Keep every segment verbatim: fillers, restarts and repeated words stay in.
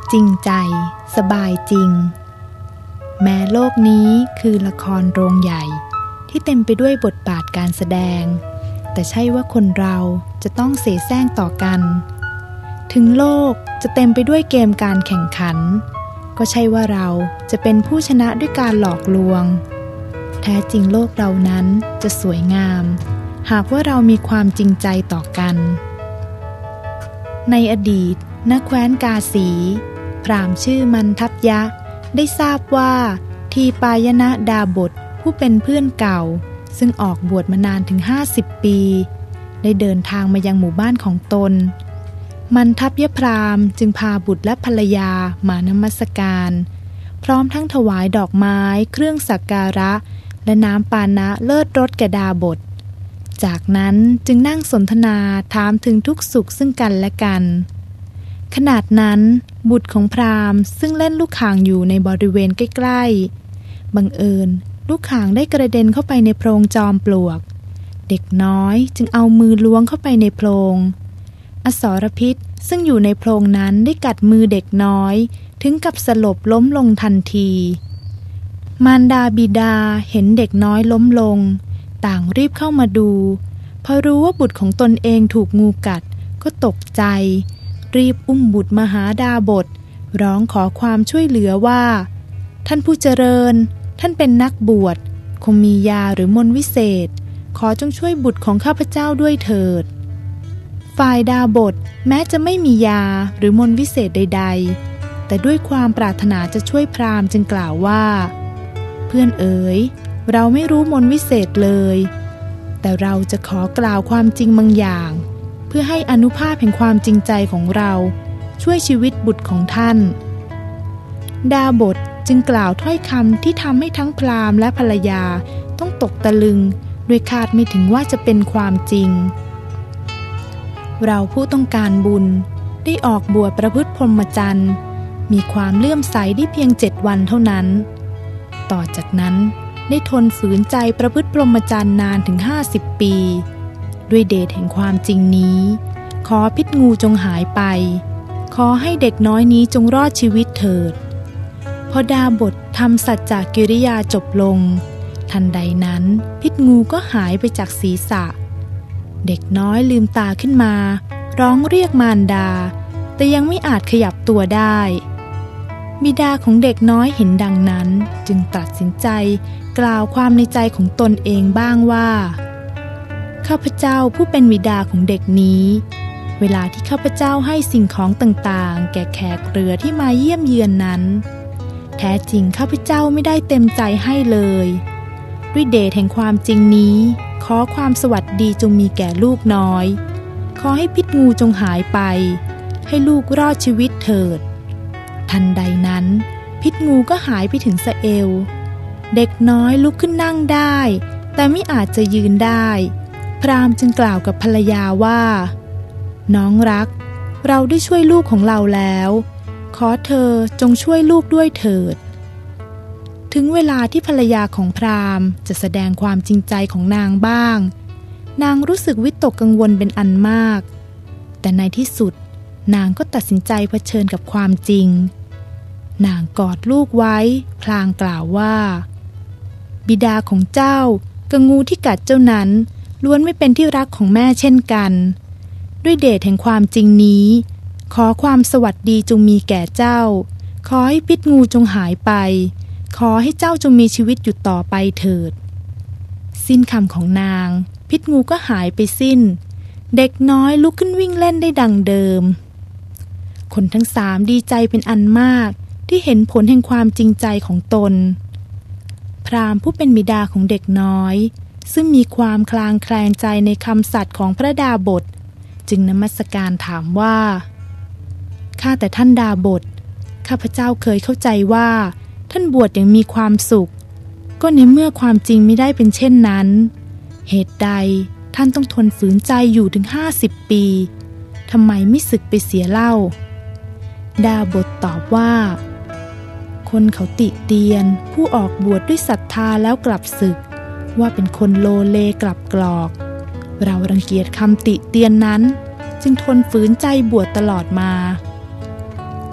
จริงใจสบายจริงแม้โลกนี้คือละครโรงใหญ่ที่เต็มไปด้วยบทบาทการแสดงแต่ใช่ว่าคนเราจะต้องเสแสร้งต่อกันถึงโลกจะเต็มไปด้วยเกมการแข่งขันก็ใช่ว่าเราจะเป็นผู้ชนะด้วยการหลอกลวงแท้จริงโลกเรานั้นจะสวยงามหากว่าเรามีความจริงใจต่อกันในอดีตณแคว้นกาสีพราหมณ์ชื่อมันทัพยะได้ทราบว่าทีปายณดาบทผู้เป็นเพื่อนเก่าซึ่งออกบวชมานานถึงห้าสิบปีได้เดินทางมายังหมู่บ้านของตนมันทัพยะพราหมณ์จึงพาบุตรและภรรยามานมัสการพร้อมทั้งถวายดอกไม้เครื่องสักการะและน้ำปานะเลิศรสแก่ดาบทจากนั้นจึงนั่งสนทนาถามถึงทุกสุขซึ่งกันและกันขณะนั้นบุตรของพราหมณ์ซึ่งเล่นลูกข่างอยู่ในบริเวณใกล้ๆบังเอิญลูกข่างได้กระเด็นเข้าไปในโพรงจอมปลวกเด็กน้อยจึงเอามือล้วงเข้าไปในโพรงอสรพิษซึ่งอยู่ในโพรงนั้นได้กัดมือเด็กน้อยถึงกับสลบล้มลงทันทีมารดาบิดาเห็นเด็กน้อยล้มลงต่างรีบเข้ามาดูพอรู้ว่าบุตรของตนเองถูกงูกัดก็ตกใจรีบอุ้มบุตรมาหาดาบทร้องขอความช่วยเหลือว่าท่านผู้เจริญท่านเป็นนักบวชคงมียาหรือมนต์วิเศษขอจงช่วยบุตรของข้าพเจ้าด้วยเถิดฝ่ายดาบทแม้จะไม่มียาหรือมนต์วิเศษใดๆแต่ด้วยความปรารถนาจะช่วยพราหมณ์จึงกล่าวว่าเพื่อนเอ๋ยเราไม่รู้มนต์วิเศษเลยแต่เราจะขอกล่าวความจริงบางอย่างเพื่อให้อานุภาพแห่งความจริงใจของเราช่วยชีวิตบุตรของท่านดาบทจึงกล่าวถ้อยคำที่ทำให้ทั้งพราหมณ์และภรรยาต้องตกตะลึงโดยคาดไม่ถึงว่าจะเป็นความจริงเราผู้ต้องการบุญได้ออกบวชประพฤติพรหมจรรย์มีความเลื่อมใสได้เพียงเจ็ดวันเท่านั้นต่อจากนั้นได้ทนฝืนใจประพฤติพรหมจรรย์นานถึงห้าสิบปีด้วยเดชแห่งความจริงนี้ขอพิษงูจงหายไปขอให้เด็กน้อยนี้จงรอดชีวิตเถิดพอดาบททำสัจจกิริยาจบลงทันใดนั้นพิษงูก็หายไปจากศีรษะเด็กน้อยลืมตาขึ้นมาร้องเรียกมารดาแต่ยังไม่อาจขยับตัวได้บิดาของเด็กน้อยเห็นดังนั้นจึงตัดสินใจกล่าวความในใจของตนเองบ้างว่าข้าพเจ้าผู้เป็นบิดาของเด็กนี้เวลาที่ข้าพเจ้าให้สิ่งของต่างๆแก่แขกเรือที่มาเยี่ยมเยือนนั้นแท้จริงข้าพเจ้าไม่ได้เต็มใจให้เลยด้วยเดชแห่งความจริงนี้ขอความสวัสดีจงมีแก่ลูกน้อยขอให้พิษงูจงหายไปให้ลูกรอดชีวิตเถิดทันใดนั้นพิษงูก็หายไปถึงสะเอวเด็กน้อยลุกขึ้นนั่งได้แต่ไม่อาจจะยืนได้พราหมณ์จึงกล่าวกับภรรยาว่าน้องรักเราได้ช่วยลูกของเราแล้วขอเธอจงช่วยลูกด้วยเถิดถึงเวลาที่ภรรยาของพราหมณ์จะแสดงความจริงใจของนางบ้างนางรู้สึกวิตกกังวลเป็นอันมากแต่ในที่สุดนางก็ตัดสินใจเผชิญกับความจริงนางกอดลูกไว้พลางกล่าวว่าบิดาของเจ้ากับงูที่กัดเจ้านั้นล้วนไม่เป็นที่รักของแม่เช่นกันด้วยเดชแห่งความจริงนี้ขอความสวัสดีจงมีแก่เจ้าขอให้พิษงูจงหายไปขอให้เจ้าจงมีชีวิตอยู่ต่อไปเถิดสิ้นคำของนางพิษงูก็หายไปสิ้นเด็กน้อยลุกขึ้นวิ่งเล่นได้ดังเดิมคนทั้งสามดีใจเป็นอันมากที่เห็นผลแห่งความจริงใจของตนพราหมณ์ผู้เป็นบิดาของเด็กน้อยซึ่งมีความคลางแคลงใจในคำสัตย์ของพระดาบทจึงนมัสการถามว่าข้าแต่ท่านดาบทข้าพเจ้าเคยเข้าใจว่าท่านบวชอย่างมีความสุขก็ในเมื่อความจริงไม่ได้เป็นเช่นนั้นเหตุใดท่านต้องทนฝืนใจอยู่ถึงห้าสิบปีทำไมไม่สึกไปเสียเล่าดาบทตอบว่าคนเขาติเตียนผู้ออกบวชด้วยศรัทธาแล้วกลับสึกว่าเป็นคนโลเลกลับกรอกเรารังเกียจคำติเตียนนั้นจึงทนฝืนใจบวชตลอดมา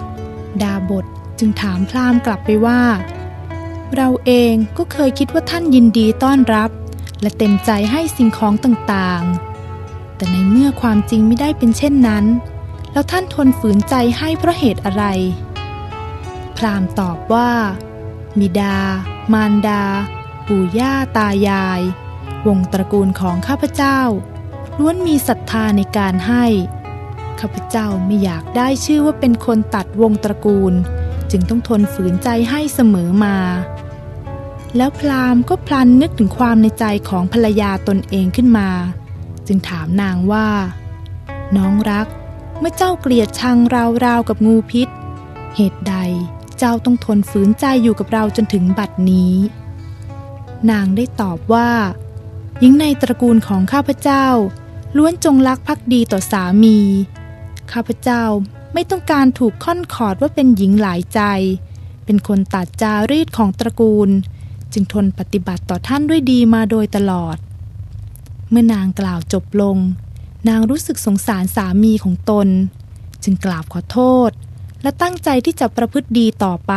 ดาบทจึงถามพราหมณ์กลับไปว่าเราเองก็เคยคิดว่าท่านยินดีต้อนรับและเต็มใจให้สิ่งของต่างๆแต่ในเมื่อความจริงไม่ได้เป็นเช่นนั้นแล้วท่านทนฝืนใจให้เพราะเหตุอะไรพราหมณ์ตอบว่าบิดามารดาปู่ย่าตายายวงตระกูลของข้าพเจ้าล้วนมีศรัทธาในการให้ข้าพเจ้าไม่อยากได้ชื่อว่าเป็นคนตัดวงตระกูลจึงต้องทนฝืนใจให้เสมอมาแล้วพราหมณ์ก็พลันนึกถึงความในใจของภรรยาตนเองขึ้นมาจึงถามนางว่าน้องรักเมื่อเจ้าเกลียดชังเราราวกับงูพิษเหตุใดเจ้าต้องทนฝืนใจอยู่กับเราจนถึงบัดนี้นางได้ตอบว่าหญิงในตระกูลของข้าพเจ้าล้วนจงรักภักดีต่อสามีข้าพเจ้าไม่ต้องการถูกค่อนขอดว่าเป็นหญิงหลายใจเป็นคนตัดจารีตของตระกูลจึงทนปฏิบัติต่อท่านด้วยดีมาโดยตลอดเมื่อนางกล่าวจบลงนางรู้สึกสงสารสามีของตนจึงกราบขอโทษและตั้งใจที่จะประพฤติดีต่อไป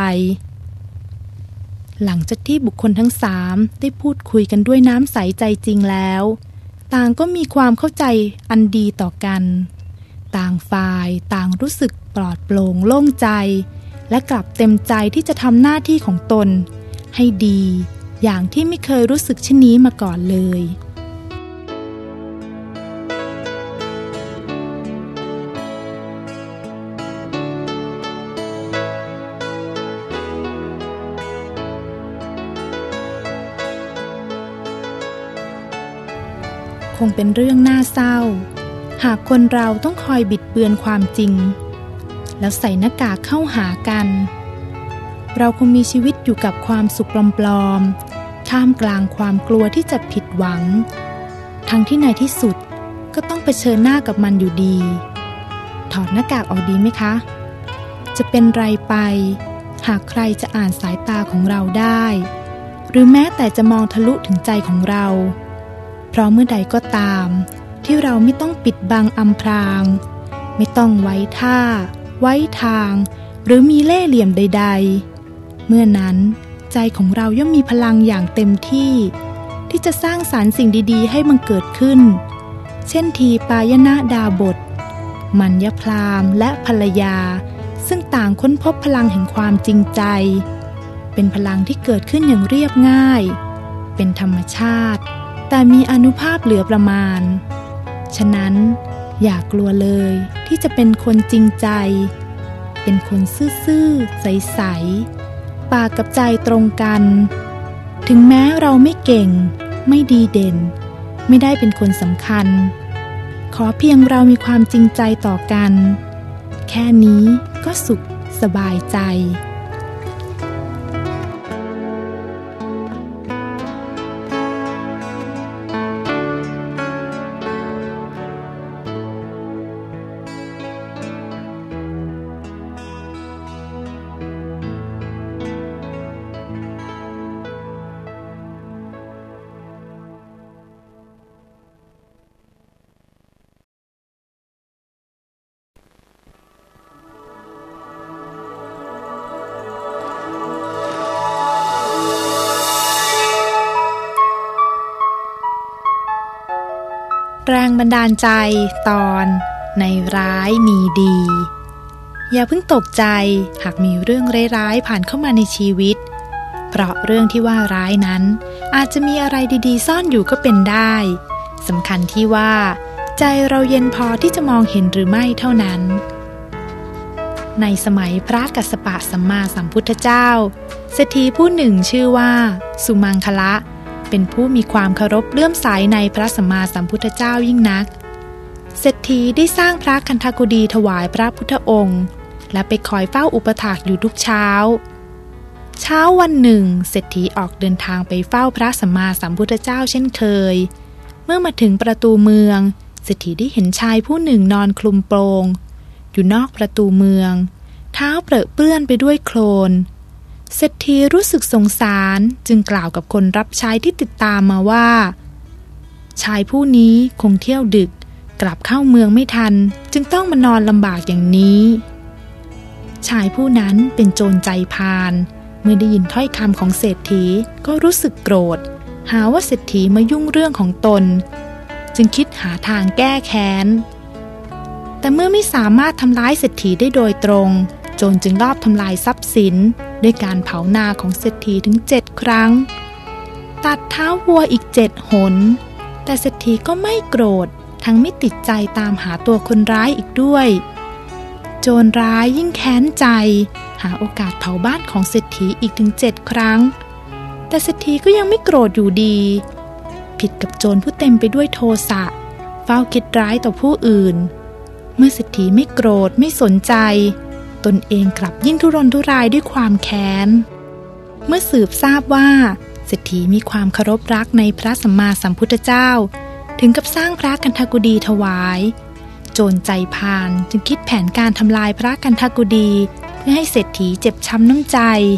หลังจากที่บุคคลทั้งสามได้พูดคุยกันด้วยน้ำใสใจจริงแล้วต่างก็มีความเข้าใจอันดีต่อกันต่างฝ่ายต่างรู้สึกปลอดโปร่งโล่งใจและกลับเต็มใจที่จะทำหน้าที่ของตนให้ดีอย่างที่ไม่เคยรู้สึกเช่นนี้มาก่อนเลยคงเป็นเรื่องน่าเศร้าหากคนเราต้องคอยบิดเบือนความจริงแล้วใส่หน้ากากเข้าหากันเราคงมีชีวิตอยู่กับความสุขปลอมๆท่ามกลางความกลัวที่จะผิดหวังทั้งที่ในที่สุดก็ต้องเผชิญหน้ากับมันอยู่ดีถอดหน้ากากออกดีไหมคะจะเป็นไรไปหากใครจะอ่านสายตาของเราได้หรือแม้แต่จะมองทะลุถึงใจของเราเพราะเมื่อใดก็ตามที่เราไม่ต้องปิดบังอำพรางไม่ต้องไว้ท่าไว้ทางหรือมีเล่ห์เหลี่ยมใดๆเมื่อนั้นใจของเราย่อมมีพลังอย่างเต็มที่ที่จะสร้างสรรค์สิ่งดีๆให้มันเกิดขึ้นเช่นทีปายณดาบทมัญญพราหมณ์และภรรยาซึ่งต่างค้นพบพลังแห่งความจริงใจเป็นพลังที่เกิดขึ้นอย่างเรียบง่ายเป็นธรรมชาติแต่มีอานุภาพเหลือประมาณฉะนั้นอย่ากลัวเลยที่จะเป็นคนจริงใจเป็นคนซื่อๆใสๆปากกับใจตรงกันถึงแม้เราไม่เก่งไม่ดีเด่นไม่ได้เป็นคนสำคัญขอเพียงเรามีความจริงใจต่อกันแค่นี้ก็สุขสบายใจแรงบันดาลใจตอนในร้ายมีดีอย่าเพิ่งตกใจหากมีเรื่องร้ายๆผ่านเข้ามาในชีวิตเพราะเรื่องที่ว่าร้ายนั้นอาจจะมีอะไรดีๆซ่อนอยู่ก็เป็นได้สำคัญที่ว่าใจเราเย็นพอที่จะมองเห็นหรือไม่เท่านั้นในสมัยพระกัสสปะสัมมาสัมพุทธเจ้าเศรษฐีผู้หนึ่งชื่อว่าสุมังคละเป็นผู้มีความเคารพเลื่อมใสในพระสัมมาสัมพุทธเจ้ายิ่งนักเศรษฐีได้สร้างพระคันธกุฎีถวายพระพุทธองค์และไปคอยเฝ้าอุปถากอยู่ทุกเช้าเช้าวันหนึ่งเศรษฐีออกเดินทางไปเฝ้าพระสัมมาสัมพุทธเจ้าเช่นเคยเมื่อมาถึงประตูเมืองเศรษฐีได้เห็นชายผู้หนึ่งนอนคลุมโปงอยู่นอกประตูเมืองเท้าเปรอะเปื้อนไปด้วยโคลนเศรษฐีรู้สึกสงสารจึงกล่าวกับคนรับใช้ที่ติดตามมาว่าชายผู้นี้คงเที่ยวดึกกลับเข้าเมืองไม่ทันจึงต้องมานอนลำบากอย่างนี้ชายผู้นั้นเป็นโจรใจพาลเมื่อได้ยินถ้อยคำของเศรษฐีก็รู้สึกโกรธหาว่าเศรษฐีมายุ่งเรื่องของตนจึงคิดหาทางแก้แค้นแต่เมื่อไม่สามารถทำร้ายเศรษฐีได้โดยตรงโจรจึงลอบทำลายทรัพย์สินด้วยการเผานาของเศรษฐีถึงเจ็ดครั้งตัดเท้าวัวอีกเจ็ดหนแต่เศรษฐีก็ไม่โกรธทั้งไม่ติดใจตามหาตัวคนร้ายอีกด้วยโจรร้ายยิ่งแค้นใจหาโอกาสเผาบ้านของเศรษฐีอีกถึงเจ็ดครั้งแต่เศรษฐีก็ยังไม่โกรธอยู่ดีผิดกับโจรผู้เต็มไปด้วยโทสะเฝ้าคิดร้ายต่อผู้อื่นเมื่อเศรษฐีไม่โกรธไม่สนใจตนเองกลับยิ่งทุรนทุรายด้วยความแค้นเมื่อสืบทราบว่าเศรษฐีมีความเคารพรักในพระสัมมาสัมพุทธเจ้าถึงกับสร้างพระกันทกุฎีถวายโจรใจพาลจึงคิดแผนการทำลายพระกันทกุฎีเพื่อให้เศรษฐีเจ็บช้ำน้ำใจ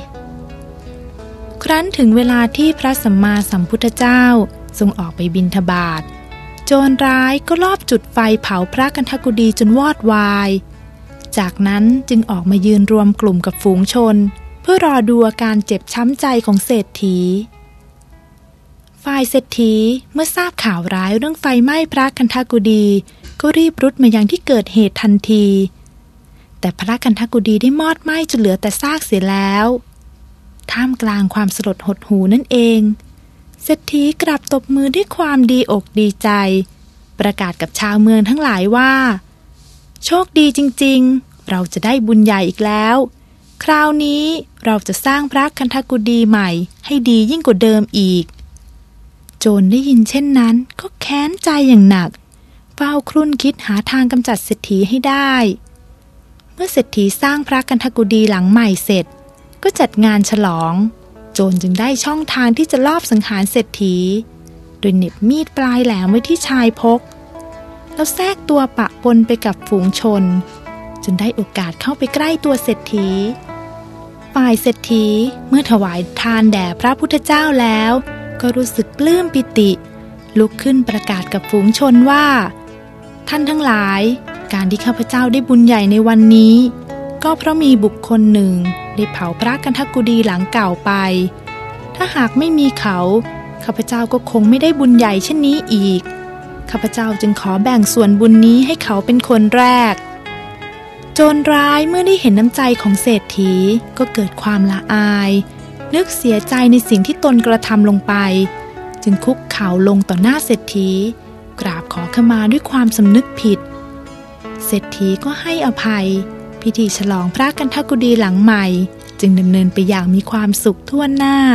ครั้นถึงเวลาที่พระสัมมาสัมพุทธเจ้าทรงออกไปบิณฑบาตโจรร้ายก็ลอบจุดไฟเผาพระกันทกุฎีจนวอดวายจากนั้นจึงออกมายืนรวมกลุ่มกับฝูงชนเพื่อรอดูอาการเจ็บช้ำใจของเศรษฐีฝ่ายเศรษฐีเมื่อทราบข่าวร้ายเรื่องไฟไหม้พระกันทกุฎีก็รีบรุดมายังที่เกิดเหตุทันทีแต่พระกันทกุฎีได้มอดไหม้จนเหลือแต่ซากเสียแล้วท่ามกลางความสลดหดหู่นั่นเองเศรษฐีกลับตบมือด้วยความดีอกดีใจประกาศกับชาวเมืองทั้งหลายว่าโชคดีจริงๆเราจะได้บุญใหญ่อีกแล้วคราวนี้เราจะสร้างพระกันทกุฎีใหม่ให้ดียิ่งกว่าเดิมอีกโจรได้ยินเช่นนั้นก็แค้นใจอย่างหนักเฝ้าครุ่นคิดหาทางกำจัดเศรษฐีให้ได้เมื่อเศรษฐีสร้างพระกันทกุฎีหลังใหม่เสร็จก็จัดงานฉลองโจรจึงได้ช่องทางที่จะลอบสังหารเศรษฐีโดยเหน็บมีดปลายแหลมไว้ที่ชายพกแล้วแทรกตัวปะปนไปกับฝูงชนจนได้โอกาสเข้าไปใกล้ตัวเศรษฐีฝ่ายเศรษฐีเมื่อถวายทานแด่พระพุทธเจ้าแล้วก็รู้สึกปลื้มปิติลุกขึ้นประกาศกับฝูงชนว่าท่านทั้งหลายการที่ข้าพเจ้าได้บุญใหญ่ในวันนี้ก็เพราะมีบุคคลหนึ่งได้เผาพระกันทกุฎีหลังเก่าไปถ้าหากไม่มีเขาข้าพเจ้าก็คงไม่ได้บุญใหญ่เช่นนี้อีกข้าพเจ้าจึงขอแบ่งส่วนบุญนี้ให้เขาเป็นคนแรกโจรร้ายเมื่อได้เห็นน้ำใจของเศรษฐีก็เกิดความละอายนึกเสียใจในสิ่งที่ตนกระทำลงไปจึงคุกเข่าลงต่อหน้าเศรษฐีกราบขอขมาด้วยความสำนึกผิดเศรษฐีก็ให้อภัยพิธีฉลองพระกันทกุฎีหลังใหม่จึงดำเนินไปอย่างมีความสุขทั่วหน้า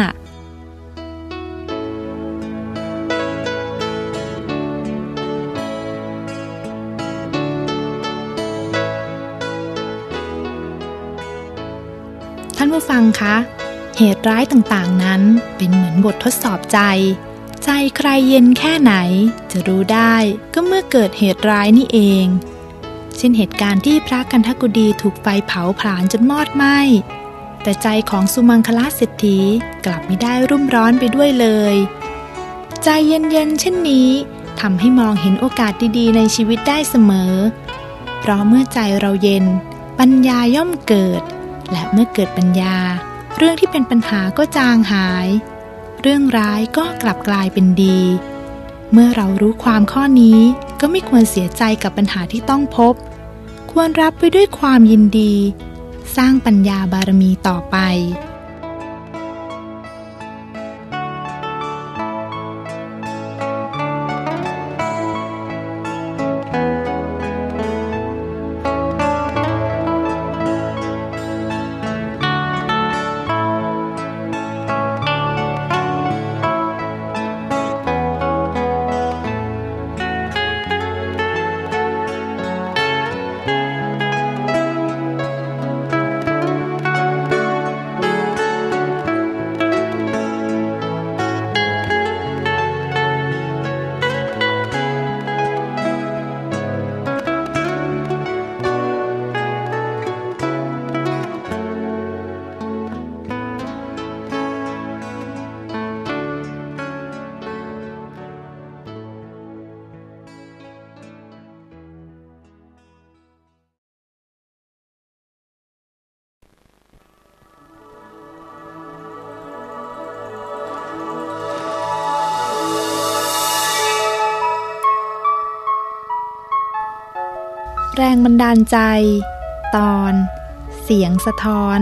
ท่านผู้ฟังคะเหตุร้ายต่างๆนั้นเป็นเหมือนบททดสอบใจใจใครเย็นแค่ไหนจะรู้ได้ก็เมื่อเกิดเหตุร้ายนี่เองเช่นเหตุการณ์ที่พระกันทกุฎีถูกไฟเผาผลาญจนมอดไหม้แต่ใจของสุมังคลเศรษฐีกลับไม่ได้รุ่มร้อนไปด้วยเลยใจเย็นๆเช่นนี้ทำให้มองเห็นโอกาสดีๆในชีวิตได้เสมอเพราะเมื่อใจเราเย็นปัญญาย่อมเกิดและเมื่อเกิดปัญญาเรื่องที่เป็นปัญหาก็จางหายเรื่องร้ายก็กลับกลายเป็นดีเมื่อเรารู้ความข้อนี้ก็ไม่ควรเสียใจกับปัญหาที่ต้องพบควรรับไปด้วยความยินดีสร้างปัญญาบารมีต่อไปแรงบันดาลใจตอนเสียงสะท้อน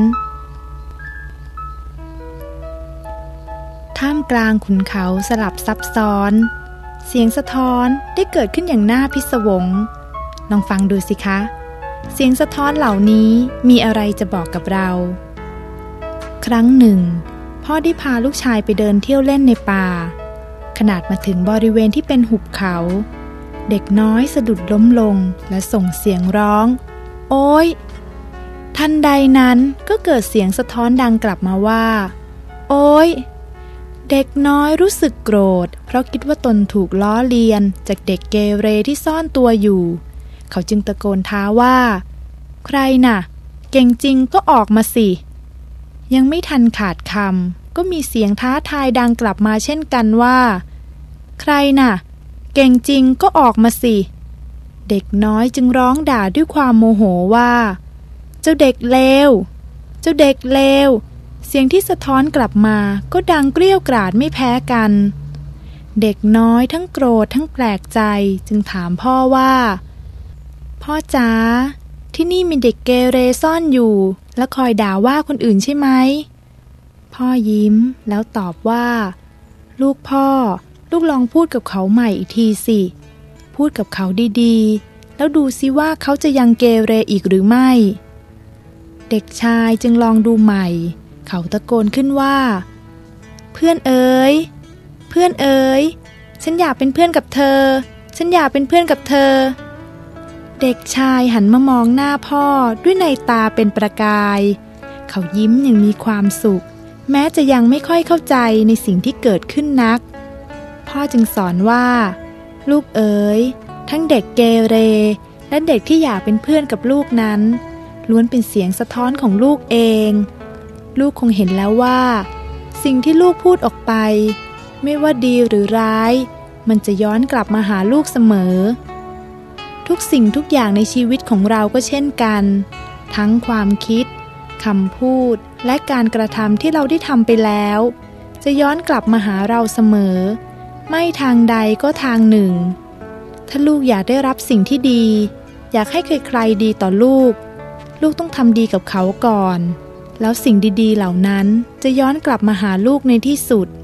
ท่ามกลางขุนเขาสลับซับซ้อนเสียงสะท้อนได้เกิดขึ้นอย่างน่าพิศวงลองฟังดูสิคะเสียงสะท้อนเหล่านี้มีอะไรจะบอกกับเราครั้งหนึ่งพ่อได้พาลูกชายไปเดินเที่ยวเล่นในป่าขนาดมาถึงบริเวณที่เป็นหุบเขาเด็กน้อยสะดุดล้มลงและส่งเสียงร้องโอ๊ยทันใดนั้นก็เกิดเสียงสะท้อนดังกลับมาว่าโอ๊ยเด็กน้อยรู้สึกโกรธเพราะคิดว่าตนถูกล้อเลียนจากเด็กเกเรที่ซ่อนตัวอยู่เขาจึงตะโกนท้าว่าใครน่ะเก่งจริงก็ออกมาสิยังไม่ทันขาดคำก็มีเสียงท้าทายดังกลับมาเช่นกันว่าใครน่ะเก่งจริงก็ออกมาสิเด็กน้อยจึงร้องด่าด้วยความโมโหว่าเจ้าเด็กเลวเจ้าเด็กเลวเสียงที่สะท้อนกลับมาก็ดังเกรี้ยวกราดไม่แพ้กันเด็กน้อยทั้งโกรธทั้งแปลกใจจึงถามพ่อว่าพ่อจ๋าที่นี่มีเด็กเกเรซ่อนอยู่และคอยด่าว่าคนอื่นใช่ไหมพ่อยิ้มแล้วตอบว่าลูกพ่อลูกลองพูดกับเขาใหม่อีกทีสิพูดกับเขาดีๆแล้วดูซิว่าเขาจะยังเกเรอีกหรือไม่เด็กชายจึงลองดูใหม่เขาตะโกนขึ้นว่าเพื่อนเอ๋ยเพื่อนเอ๋ยฉันอยากเป็นเพื่อนกับเธอฉันอยากเป็นเพื่อนกับเธอเด็กชายหันมามองหน้าพ่อด้วยในตาเป็นประกายเขายิ้มอย่างมีความสุขแม้จะยังไม่ค่อยเข้าใจในสิ่งที่เกิดขึ้นนักพ่อจึงสอนว่าลูกเอ๋ยทั้งเด็กเกเรและเด็กที่อยากเป็นเพื่อนกับลูกนั้นล้วนเป็นเสียงสะท้อนของลูกเองลูกคงเห็นแล้วว่าสิ่งที่ลูกพูดออกไปไม่ว่าดีหรือร้ายมันจะย้อนกลับมาหาลูกเสมอทุกสิ่งทุกอย่างในชีวิตของเราก็เช่นกันทั้งความคิดคำพูดและการกระทำที่เราได้ทำไปแล้วจะย้อนกลับมาหาเราเสมอไม่ทางใดก็ทางหนึ่งถ้าลูกอยากได้รับสิ่งที่ดีอยากให้ใครๆดีต่อลูกลูกต้องทำดีกับเขาก่อนแล้วสิ่งดีๆเหล่านั้นจะย้อนกลับมาหาลูกในที่สุด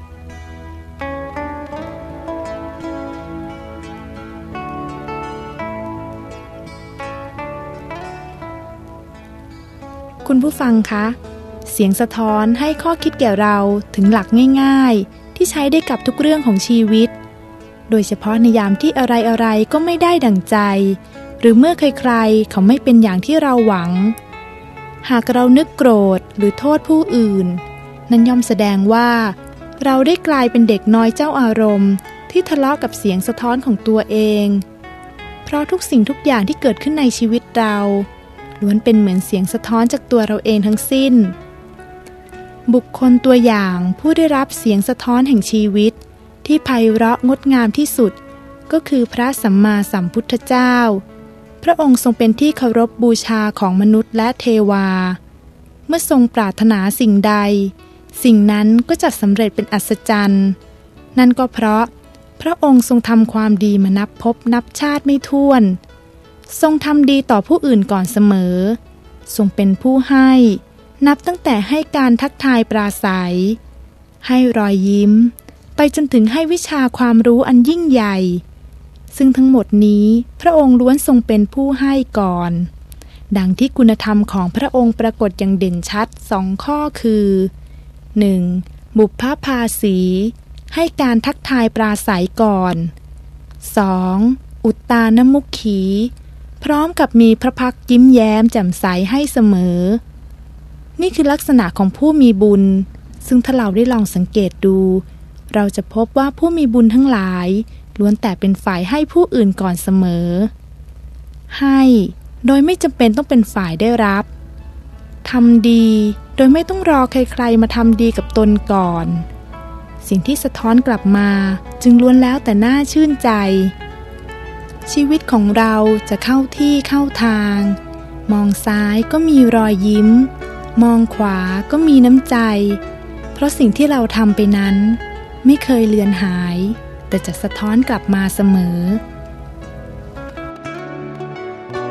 คุณผู้ฟังคะเสียงสะท้อนให้ข้อคิดแก่เราถึงหลักง่ายๆที่ใช้ได้กับทุกเรื่องของชีวิตโดยเฉพาะในยามที่อะไรๆก็ไม่ได้ดั่งใจหรือเมื่อใครๆเขาไม่เป็นอย่างที่เราหวังหากเรานึกโกรธหรือโทษผู้อื่นนั้นย่อมแสดงว่าเราได้กลายเป็นเด็กน้อยเจ้าอารมณ์ที่ทะเลาะกับเสียงสะท้อนของตัวเองเพราะทุกสิ่งทุกอย่างที่เกิดขึ้นในชีวิตเราล้วนเป็นเหมือนเสียงสะท้อนจากตัวเราเองทั้งสิ้นบุคคลตัวอย่างผู้ได้รับเสียงสะท้อนแห่งชีวิตที่ไพเราะงดงามที่สุดก็คือพระสัมมาสัมพุทธเจ้าพระองค์ทรงเป็นที่เคารพบูชาของมนุษย์และเทวาเมื่อทรงปรารถนาสิ่งใดสิ่งนั้นก็จะสำเร็จเป็นอัศจรรย์นั่นก็เพราะพระองค์ทรงทำความดีมานับพบนับชาติไม่ถ้วนทรงทำดีต่อผู้อื่นก่อนเสมอทรงเป็นผู้ให้นับตั้งแต่ให้การทักทายปราศัยให้รอยยิ้มไปจนถึงให้วิชาความรู้อันยิ่งใหญ่ซึ่งทั้งหมดนี้พระองค์ล้วนทรงเป็นผู้ให้ก่อนดังที่คุณธรรมของพระองค์ปรากฏอย่างเด่นชัดสองข้อคือ หนึ่ง. บุพภาสีให้การทักทายปราศัยก่อน สอง. อุตตานมุขขีพร้อมกับมีพระพักตร์ยิ้มแย้มแจ่มใสให้เสมอนี่คือลักษณะของผู้มีบุญซึ่งถ้าเราได้ลองสังเกตดูเราจะพบว่าผู้มีบุญทั้งหลายล้วนแต่เป็นฝ่ายให้ผู้อื่นก่อนเสมอให้โดยไม่จำเป็นต้องเป็นฝ่ายได้รับทำดีโดยไม่ต้องรอใครๆมาทำดีกับตนก่อนสิ่งที่สะท้อนกลับมาจึงล้วนแล้วแต่น่าชื่นใจชีวิตของเราจะเข้าที่เข้าทางมองซ้ายก็มีรอยยิ้มมองขวาก็มีน้ำใจเพราะสิ่งที่เราทำไปนั้นไม่เคยเลือนหายแต่จะสะท้อนกลับมาเสมอ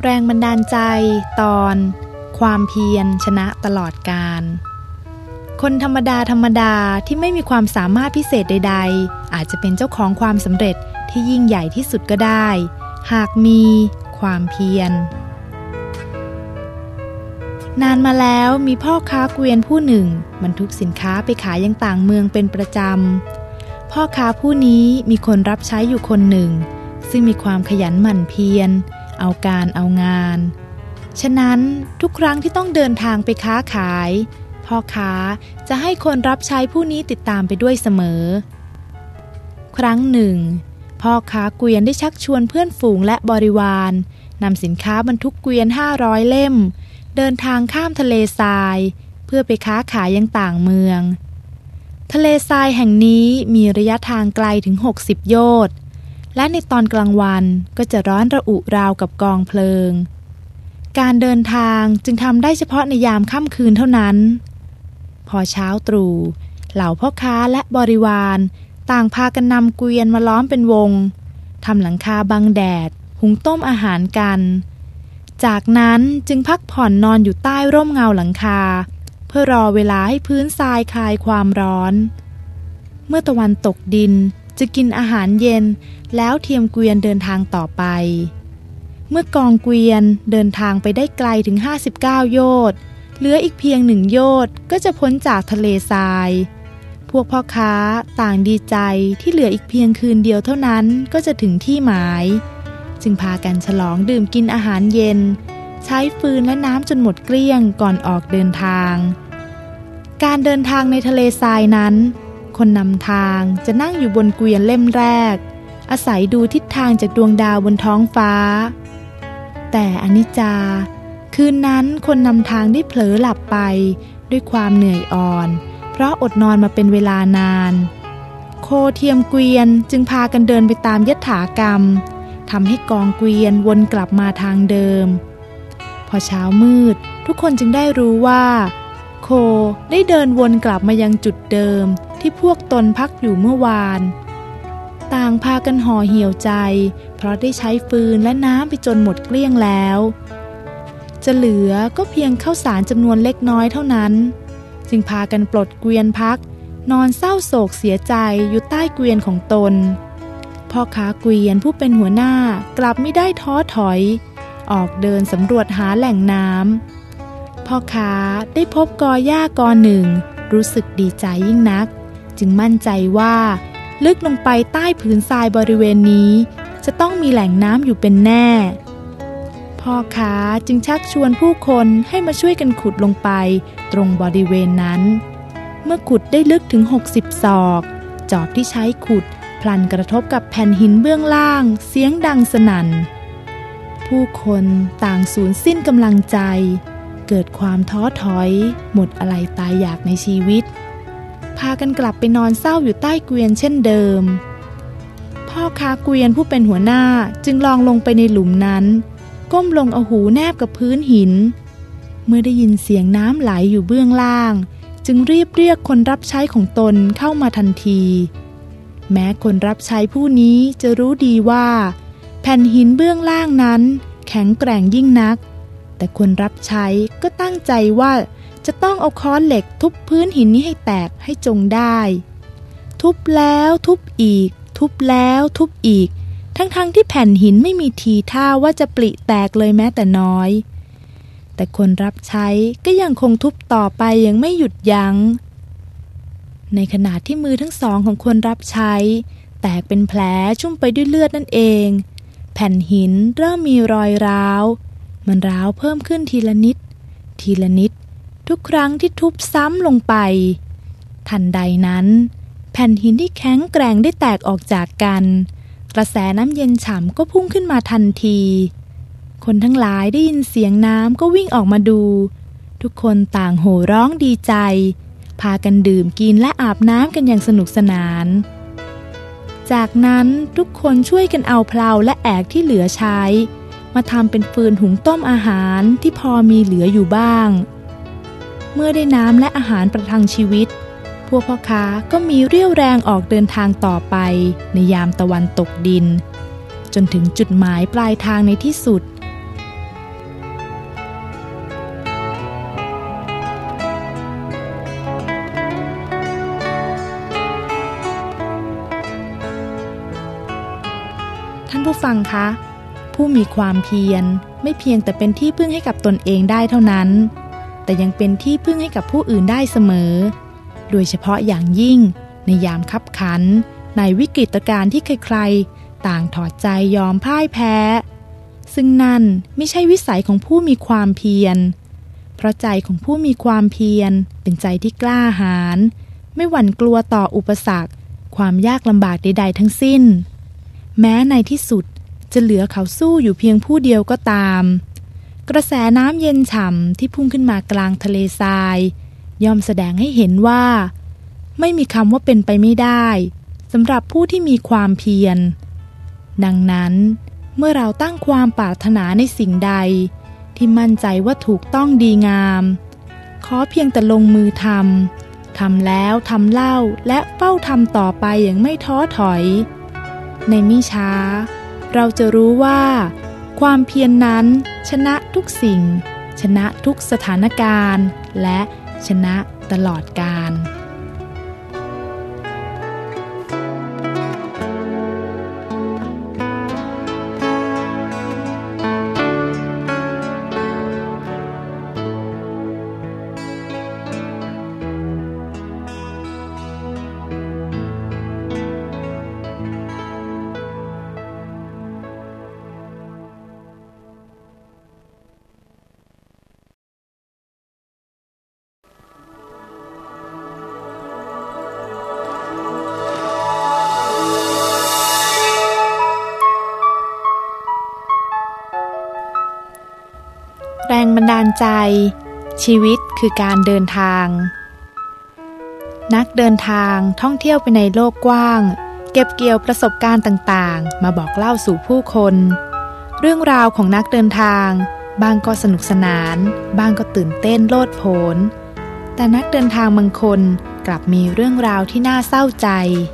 แรงบันดาลใจตอนความเพียรชนะตลอดกาลคนธรรมดาธรรมดาที่ไม่มีความสามารถพิเศษใดๆอาจจะเป็นเจ้าของความสำเร็จที่ยิ่งใหญ่ที่สุดก็ได้หากมีความเพียรนานมาแล้วมีพ่อค้าเกวียนผู้หนึ่งบรรทุกสินค้าไปขายยังต่างเมืองเป็นประจำพ่อค้าผู้นี้มีคนรับใช้อยู่คนหนึ่งซึ่งมีความขยันหมั่นเพียรเอาการเอางานฉะนั้นทุกครั้งที่ต้องเดินทางไปค้าขายพ่อค้าจะให้คนรับใช้ผู้นี้ติดตามไปด้วยเสมอครั้งหนึ่งพ่อค้าเกวียนได้ชักชวนเพื่อนฝูงและบริวารนำสินค้าบรรทุกเกวียนห้าร้อยเล่มเดินทางข้ามทะเลทรายเพื่อไปค้าขายยังต่างเมืองทะเลทรายแห่งนี้มีระยะทางไกลถึงหกสิบโยชน์และในตอนกลางวันก็จะร้อนระอุราวกับกองเพลิงการเดินทางจึงทำได้เฉพาะในยามค่ำคืนเท่านั้นพอเช้าตรู่เหล่าพ่อค้าและบริวารต่างพากันนำเกวียนมาล้อมเป็นวงทำหลังคาบังแดดหุงต้มอาหารกันจากนั้นจึงพักผ่อนนอนอยู่ใต้ร่มเงาหลังคาเพื่อรอเวลาให้พื้นทรายคลายความร้อนเมื่อตะวันตกดินจะกินอาหารเย็นแล้วเทียมเกวียนเดินทางต่อไปเมื่อกองเกวียนเดินทางไปได้ไกลถึงห้าสิบเก้าโยชน์เหลืออีกเพียงหนึ่งโยชน์ก็จะพ้นจากทะเลทรายพวกพ่อค้าต่างดีใจที่เหลืออีกเพียงคืนเดียวเท่านั้นก็จะถึงที่หมายจึงพากันฉลองดื่มกินอาหารเย็นใช้ฟืนและน้ำจนหมดเกลี้ยงก่อนออกเดินทางการเดินทางในทะเลทรายนั้นคนนำทางจะนั่งอยู่บนเกวียนเล่มแรกอาศัยดูทิศทางจากดวงดาวบนท้องฟ้าแต่อนิจจาคืนนั้นคนนำทางได้เผลอหลับไปด้วยความเหนื่อยอ่อนเพราะอดนอนมาเป็นเวลานานโคเทียมเกวียนจึงพากันเดินไปตามยถากรรมทำให้กองเกวียนวนกลับมาทางเดิมพอเช้ามืดทุกคนจึงได้รู้ว่าโคได้เดินวนกลับมายังจุดเดิมที่พวกตนพักอยู่เมื่อวานต่างพากันห่อเหี่ยวใจเพราะได้ใช้ฟืนและน้ำไปจนหมดเกลี้ยงแล้วจะเหลือก็เพียงข้าวสารจำนวนเล็กน้อยเท่านั้นจึงพากันปลดเกวียนพักนอนเศร้าโศกเสียใจอยู่ใต้เกวียนของตนพ่อค้าเกวียนผู้เป็นหัวหน้ากลับไม่ได้ท้อถอยออกเดินสำรวจหาแหล่งน้ำพ่อค้าได้พบกอหญ้ากอหนึ่งรู้สึกดีใจยิ่งนักจึงมั่นใจว่าลึกลงไปใต้ผืนทรายบริเวณนี้จะต้องมีแหล่งน้ำอยู่เป็นแน่พ่อค้าจึงชักชวนผู้คนให้มาช่วยกันขุดลงไปตรงบริเวณนั้นเมื่อขุดได้ลึกถึงหกสิบศอกจอบที่ใช้ขุดพลันกระทบกับแผ่นหินเบื้องล่างเสียงดังสนั่นผู้คนต่างสูญสิ้นกำลังใจเกิดความท้อถอยหมดอะไรตายอยากในชีวิตพากันกลับไปนอนเศร้าอยู่ใต้เกวียนเช่นเดิมพ่อค้าเกวียนผู้เป็นหัวหน้าจึงลองลงไปในหลุมนั้นก้มลงเอาหูแนบกับพื้นหินเมื่อได้ยินเสียงน้ำไหลอยู่เบื้องล่างจึงรีบเรียกคนรับใช้ของตนเข้ามาทันทีแม้คนรับใช้ผู้นี้จะรู้ดีว่าแผ่นหินเบื้องล่างนั้นแข็งแกร่งยิ่งนักแต่คนรับใช้ก็ตั้งใจว่าจะต้องเอาค้อนเหล็กทุบพื้นหินนี้ให้แตกให้จงได้ทุบแล้วทุบอีกทุบแล้วทุบอีกทั้งๆ ท, ที่แผ่นหินไม่มีทีท่าว่าจะปริแตกเลยแม้แต่น้อยแต่คนรับใช้ก็ยังคงทุบต่อไปยังไม่หยุดยัง้งในขณะที่มือทั้งสองของคนรับใช้แตกเป็นแผลชุ่มไปด้วยเลือดนั่นเองแผ่นหินเริ่มมีรอยร้าวมันร้าวเพิ่มขึ้นทีละนิดทีละนิดทุกครั้งที่ทุบซ้ำลงไปทันใดนั้นแผ่นหินที่แข็งแกร่งได้แตกออกจากกันกระแสน้ำเย็นฉ่ำก็พุ่งขึ้นมาทันทีคนทั้งหลายได้ยินเสียงน้ำก็วิ่งออกมาดูทุกคนต่างโห่ร้องดีใจพากันดื่มกินและอาบน้ำกันอย่างสนุกสนานจากนั้นทุกคนช่วยกันเอาเพลาและแอกที่เหลือใช้มาทำเป็นฟืนหุงต้มอาหารที่พอมีเหลืออยู่บ้างเมื่อได้น้ำและอาหารประทังชีวิตพวกพ่อค้าก็มีเรี่ยวแรงออกเดินทางต่อไปในยามตะวันตกดินจนถึงจุดหมายปลายทางในที่สุดฟังคะผู้มีความเพียรไม่เพียงแต่เป็นที่พึ่งให้กับตนเองได้เท่านั้นแต่ยังเป็นที่พึ่งให้กับผู้อื่นได้เสมอโดยเฉพาะอย่างยิ่งในยามคับขันในวิกฤตการณ์ที่ใครๆต่างถอดใจยอมพ่ายแพ้ซึ่งนั่นไม่ใช่วิสัยของผู้มีความเพียรเพราะใจของผู้มีความเพียรเป็นใจที่กล้าหาญไม่หวั่นกลัวต่ออุปสรรคความยากลำบากใดๆทั้งสิ้นแม้ในที่สุดจะเหลือเขาสู้อยู่เพียงผู้เดียวก็ตามกระแสน้ำเย็นฉ่ำที่พุ่งขึ้นมากลางทะเลทรายย่อมแสดงให้เห็นว่าไม่มีคำว่าเป็นไปไม่ได้สำหรับผู้ที่มีความเพียรดังนั้นเมื่อเราตั้งความปรารถนาในสิ่งใดที่มั่นใจว่าถูกต้องดีงามขอเพียงแต่ลงมือทำทำแล้วทำเล่าและเฝ้าทำต่อไปอย่างไม่ท้อถอยในมิช้าเราจะรู้ว่าความเพียร น, นั้นชนะทุกสิ่งชนะทุกสถานการณ์และชนะตลอดกาลแรงบันดาลใจชีวิตคือการเดินทางนักเดินทางท่องเที่ยวไปในโลกกว้างเก็บเกี่ยวประสบการณ์ต่างๆมาบอกเล่าสู่ผู้คนเรื่องราวของนักเดินทางบางก็สนุกสนานบางก็ตื่นเต้นโลดโผนแต่นักเดินทางบางคนกลับมีเรื่องราวที่น่าเศร้าใจ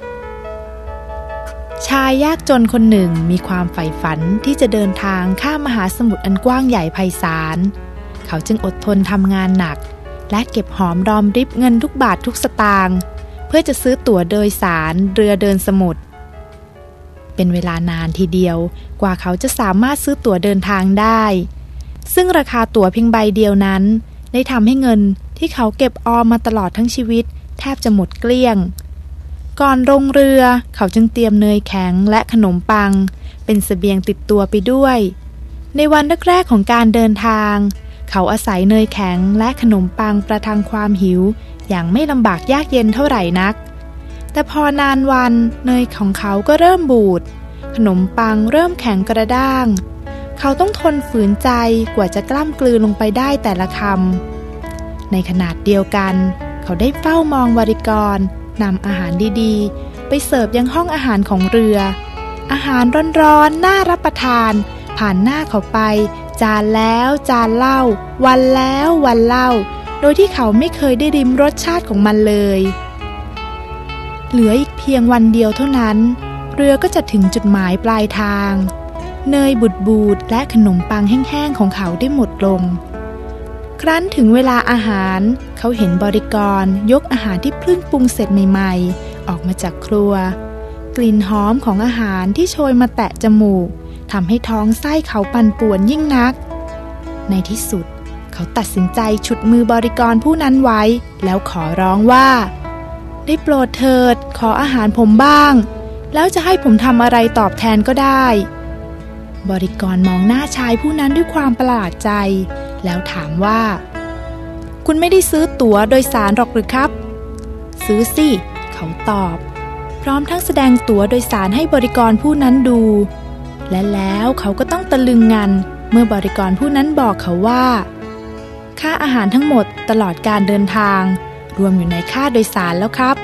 ชายยากจนคนหนึ่งมีความใฝ่ฝันที่จะเดินทางข้ามมหาสมุทรอันกว้างใหญ่ไพศาลเขาจึงอดทนทำงานหนักและเก็บหอมรอมริบเงินทุกบาททุกสตางค์เพื่อจะซื้อตั๋วโดยสารเรือเดินสมุทรเป็นเวลานานทีเดียวกว่าเขาจะสามารถซื้อตั๋วเดินทางได้ซึ่งราคาตั๋วเพียงใบเดียวนั้นได้ทำให้เงินที่เขาเก็บออมมาตลอดทั้งชีวิตแทบจะหมดเกลี้ยงก่อนลงเรือเขาจึงเตรียมเนยแข็งและขนมปังเป็นเสบียงติดตัวไปด้วยในวันแรกๆของการเดินทางเขาอาศัยเนยแข็งและขนมปังประทังความหิวอย่างไม่ลำบากยากเย็นเท่าไหร่นักแต่พอนานวันเนยของเขาก็เริ่มบูดขนมปังเริ่มแข็งกระด้างเขาต้องทนฝืนใจกว่าจะกล้ำกลืนลงไปได้แต่ละคำในขนาดเดียวกันเขาได้เฝ้ามองบริกรนำอาหารดีๆไปเสิร์ฟยังห้องอาหารของเรืออาหารร้อนๆน่ารับประทานผ่านหน้าเขาไปจานแล้วจานเล่าวันแล้ววันเล่าโดยที่เขาไม่เคยได้ริมรสชาติของมันเลยเหลืออีกเพียงวันเดียวเท่านั้นเรือก็จะถึงจุดหมายปลายทางเนยบูดๆและขนมปังแห้งๆของเขาได้หมดลงครั้นถึงเวลาอาหารเขาเห็นบริกรยกอาหารที่เพิ่งปรุงเสร็จใหม่ๆออกมาจากครัวกลิ่นหอมของอาหารที่โชยมาแตะจมูกทำให้ท้องไส้เขาปั่นป่วนยิ่งนักในที่สุดเขาตัดสินใจฉุดมือบริกรผู้นั้นไว้แล้วขอร้องว่าได้โปรดเถิดขออาหารผมบ้างแล้วจะให้ผมทำอะไรตอบแทนก็ได้บริกรมองหน้าชายผู้นั้นด้วยความประหลาดใจแล้วถามว่าคุณไม่ได้ซื้อตั๋วโดยสารหรอกหรือครับซื้อสิเขาตอบพร้อมทั้งแสดงตั๋วโดยสารให้บริกรผู้นั้นดูและแล้วเขาก็ต้องตะลึงงันเมื่อบริกรผู้นั้นบอกเขาว่าค่าอาหารทั้งหมดตลอดการเดินทางรวมอยู่ในค่าโดยสารแล้วครับ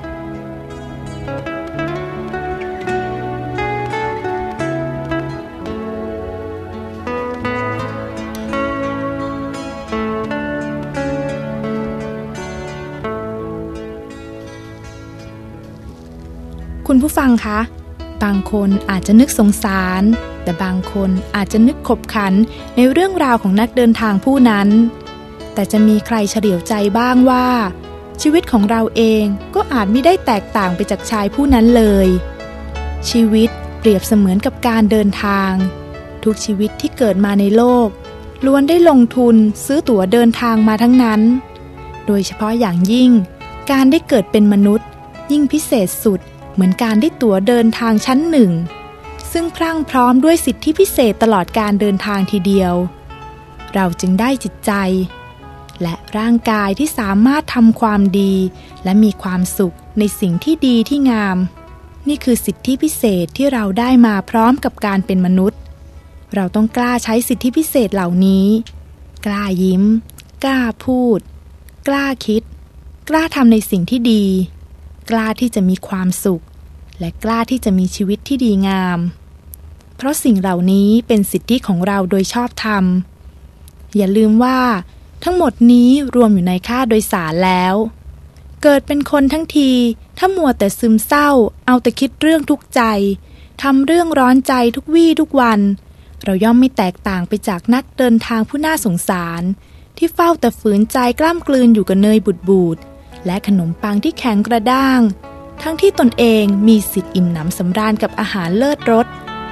คุณผู้ฟังคะบางคนอาจจะนึกสงสารแต่บางคนอาจจะนึกขบขันในเรื่องราวของนักเดินทางผู้นั้นแต่จะมีใครเฉลียวใจบ้างว่าชีวิตของเราเองก็อาจไม่ได้แตกต่างไปจากชายผู้นั้นเลยชีวิตเปรียบเสมือนกับการเดินทางทุกชีวิตที่เกิดมาในโลกล้วนได้ลงทุนซื้อตั๋วเดินทางมาทั้งนั้นโดยเฉพาะอย่างยิ่งการได้เกิดเป็นมนุษย์ยิ่งพิเศษสุดเหมือนการได้ตั๋วเดินทางชั้นหนึ่งซึ่งพรั่งพร้อมด้วยสิทธิพิเศษตลอดการเดินทางทีเดียวเราจึงได้จิตใจและร่างกายที่สามารถทำความดีและมีความสุขในสิ่งที่ดีที่งามนี่คือสิทธิพิเศษที่เราได้มาพร้อมกับการเป็นมนุษย์เราต้องกล้าใช้สิทธิพิเศษเหล่านี้กล้ายิ้มกล้าพูดกล้าคิดกล้าทำในสิ่งที่ดีกล้าที่จะมีความสุขและกล้าที่จะมีชีวิตที่ดีงามเพราะสิ่งเหล่านี้เป็นสิทธิของเราโดยชอบธรรมอย่าลืมว่าทั้งหมดนี้รวมอยู่ในค่าโดยสารแล้วเกิดเป็นคนทั้งทีถ้ามัวแต่ซึมเศร้าเอาแต่คิดเรื่องทุกข์ใจทำเรื่องร้อนใจทุกวี่ทุกวันเราย่อมไม่แตกต่างไปจากนักเดินทางผู้น่าสงสารที่เฝ้าแต่ฝืนใจกล้ามกลืนอยู่กับเนยบูดๆและขนมปังที่แข็งกระด้างทั้งที่ตนเองมีสิทธิ์อิ่มหนำสำราญกับอาหารเลิศรส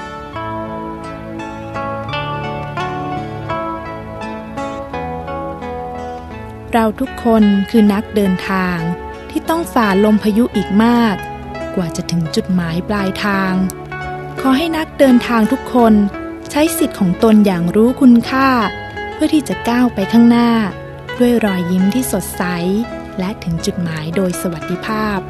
เราทุกคนคือนักเดินทางที่ต้องฝ่าลมพายุอีกมากกว่าจะถึงจุดหมายปลายทางขอให้นักเดินทางทุกคนใช้สิทธิ์ของตนอย่างรู้คุณค่าเพื่อที่จะก้าวไปข้างหน้าด้วยรอยยิ้มที่สดใสและถึงจุดหมายโดยสวัสดิภาพ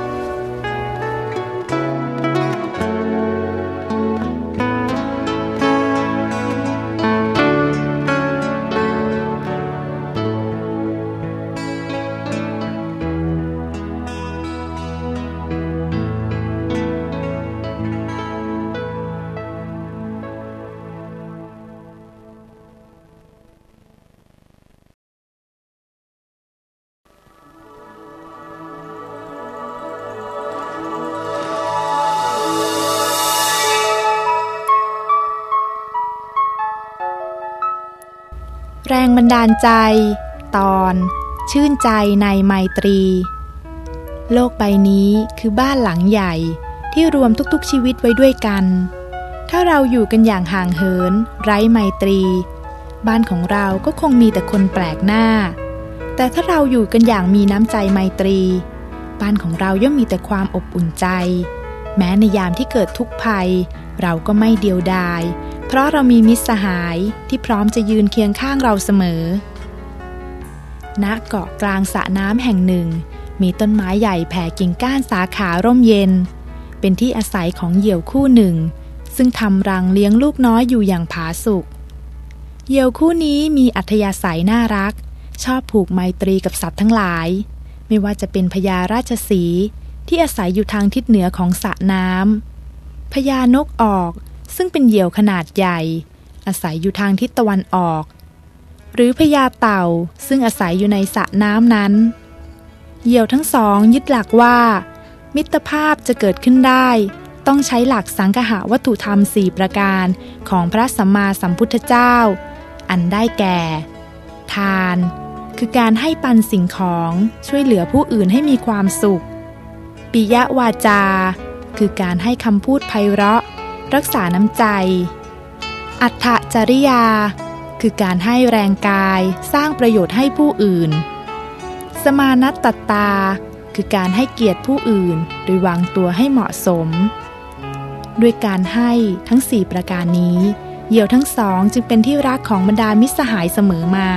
แรงบันดาลใจตอนชื่นใจในไมตรีโลกใบนี้คือบ้านหลังใหญ่ที่รวมทุกๆชีวิตไว้ด้วยกันถ้าเราอยู่กันอย่างห่างเหินไร้ไมตรีบ้านของเราก็คงมีแต่คนแปลกหน้าแต่ถ้าเราอยู่กันอย่างมีน้ำใจไมตรีบ้านของเราย่อมมีแต่ความอบอุ่นใจแม้ในยามที่เกิดทุกข์ภัยเราก็ไม่เดียวดายเพราะเรามีมิตรสหายที่พร้อมจะยืนเคียงข้างเราเสมอณเกาะกลางสระน้ำแห่งหนึ่งมีต้นไม้ใหญ่แผ่กิ่งก้านสาขาร่มเย็นเป็นที่อาศัยของเหยี่ยวคู่หนึ่งซึ่งทำรังเลี้ยงลูกน้อยอยู่อย่างผาสุกเหยี่ยวคู่นี้มีอัธยาศัยน่ารักชอบผูกไมตรีกับสัตว์ทั้งหลายไม่ว่าจะเป็นพญาราชสีห์ที่อาศัยอยู่ทางทิศเหนือของสระน้ำพญานกออกซึ่งเป็นเหยี่ยวขนาดใหญ่อาศัยอยู่ทางทิศตะวันออกหรือพญาเต่าซึ่งอาศัยอยู่ในสระน้ำนั้นเหยี่ยวทั้งสองยึดหลักว่ามิตรภาพจะเกิดขึ้นได้ต้องใช้หลักสังคหวัตถุธรรมสี่ประการของพระสัมมาสัมพุทธเจ้าอันได้แก่ทานคือการให้ปันสิ่งของช่วยเหลือผู้อื่นให้มีความสุขปิยวาจาคือการให้คำพูดไพเราะรักษาน้ำใจอัตถจริยาคือการให้แรงกายสร้างประโยชน์ให้ผู้อื่นสมานัตตตาคือการให้เกียรติผู้อื่นโดยวางตัวให้เหมาะสมด้วยการให้ทั้งสี่ประการนี้เหยี่ยวทั้งสองจึงเป็นที่รักของบรรดามิตรสหายเสมอมา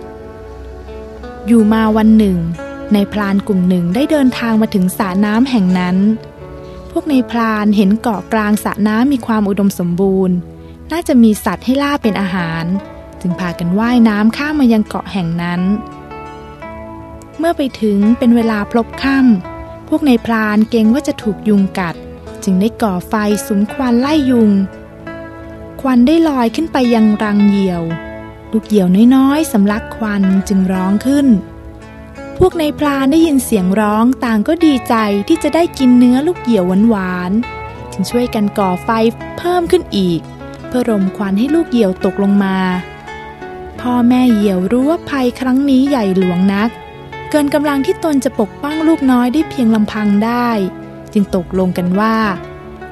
อยู่มาวันหนึ่งนายพรานกลุ่มหนึ่งได้เดินทางมาถึงสระน้ำแห่งนั้นพวกนายพรานเห็นเกาะกลางสระน้ำมีความอุดมสมบูรณ์น่าจะมีสัตว์ให้ล่าเป็นอาหารจึงพากันว่ายน้ำข้ามมายังเกาะแห่งนั้นเมื่อไปถึงเป็นเวลาพลบค่ำพวกนายพรานเกรงว่าจะถูกยุงกัดจึงได้ก่อไฟสุมควันไล่ยุงควันได้ลอยขึ้นไปยังรังเหยี่ยวลูกเหยี่ยวน้อยๆสำลักควันจึงร้องขึ้นพวกนายพรานได้ยินเสียงร้องต่างก็ดีใจที่จะได้กินเนื้อลูกเหยี่ยวหวานๆจึงช่วยกันก่อไฟเพิ่มขึ้นอีกเพื่อรมควันให้ลูกเหยี่ยวตกลงมาพ่อแม่เหยี่ยวรู้ว่าภัยครั้งนี้ใหญ่หลวงนักเกินกำลังที่ตนจะปกป้องลูกน้อยได้เพียงลำพังได้จึงตกลงกันว่า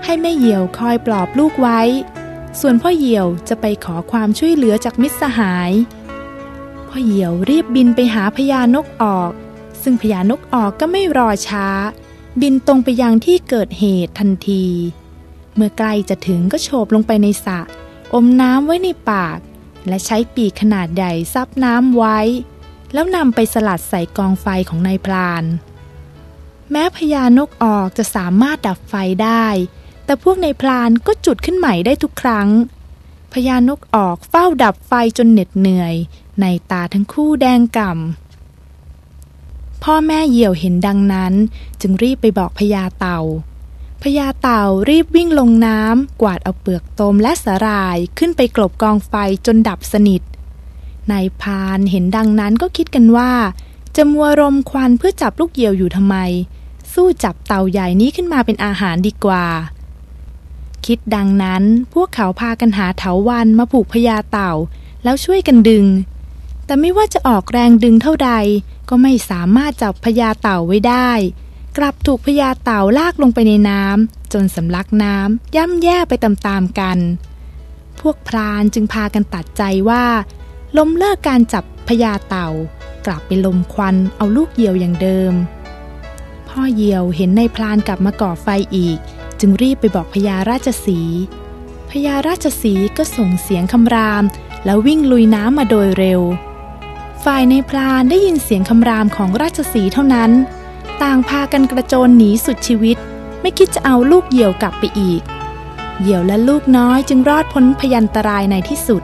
ให้แม่เหยี่ยวคอยปลอบลูกไว้ส่วนพ่อเหยี่ยวจะไปขอความช่วยเหลือจากมิตรสหายพ่อเหยี่ยวรีบบินไปหาพญานกออกซึ่งพญานกออกก็ไม่รอช้าบินตรงไปยังที่เกิดเหตุทันทีเมื่อใกล้จะถึงก็โฉบลงไปในสระอมน้ำไว้ในปากและใช้ปีกขนาดใหญ่ซับน้ำไว้แล้วนำไปสลัดใส่กองไฟของนายพรานแม้พญานกออกจะสามารถดับไฟได้แต่พวกนายพรานก็จุดขึ้นใหม่ได้ทุกครั้งพญานกออกเฝ้าดับไฟจนเหน็ดเหนื่อยในตาทั้งคู่แดงก่ำพ่อแม่เหยี่ยวเห็นดังนั้นจึงรีบไปบอกพญาเต่าพญาเต่ารีบวิ่งลงน้ำกวาดเอาเปลือกตมและสาหร่ายขึ้นไปกลบกองไฟจนดับสนิทนายพรานเห็นดังนั้นก็คิดกันว่าจะมัวรมควันเพื่อจับลูกเหยี่ยวอยู่ทำไมสู้จับเต่าใหญ่นี้ขึ้นมาเป็นอาหารดีกว่าคิดดังนั้นพวกเขาพากันหาเถาวัลย์มาผูกพญาเต่าแล้วช่วยกันดึงแต่ไม่ว่าจะออกแรงดึงเท่าใดก็ไม่สามารถจับพญาเต่าไว้ได้กลับถูกพญาเต่าลากลงไปในน้ำจนสำลักน้ำย่ำแย่ไปตามๆกันพวกพรานจึงพากันตัดใจว่าล้มเลิกการจับพญาเต่ากลับไปลมควันเอาลูกเหยี่ยวอย่างเดิมพ่อเหยี่ยวเห็นนายพรานกลับมาก่อไฟอีกจึงรีบไปบอกพญาราชสีห์พญาราชสีห์ก็ส่งเสียงคำรามแล้ววิ่งลุยน้ำมาโดยเร็วฝ่ายนายพรานได้ยินเสียงคำรามของราชสีห์เท่านั้นต่างพากันกระโจนหนีสุดชีวิตไม่คิดจะเอาลูกเหยี่ยวกลับไปอีกเหยี่ยวและลูกน้อยจึงรอดพ้นพยันตรายในที่สุด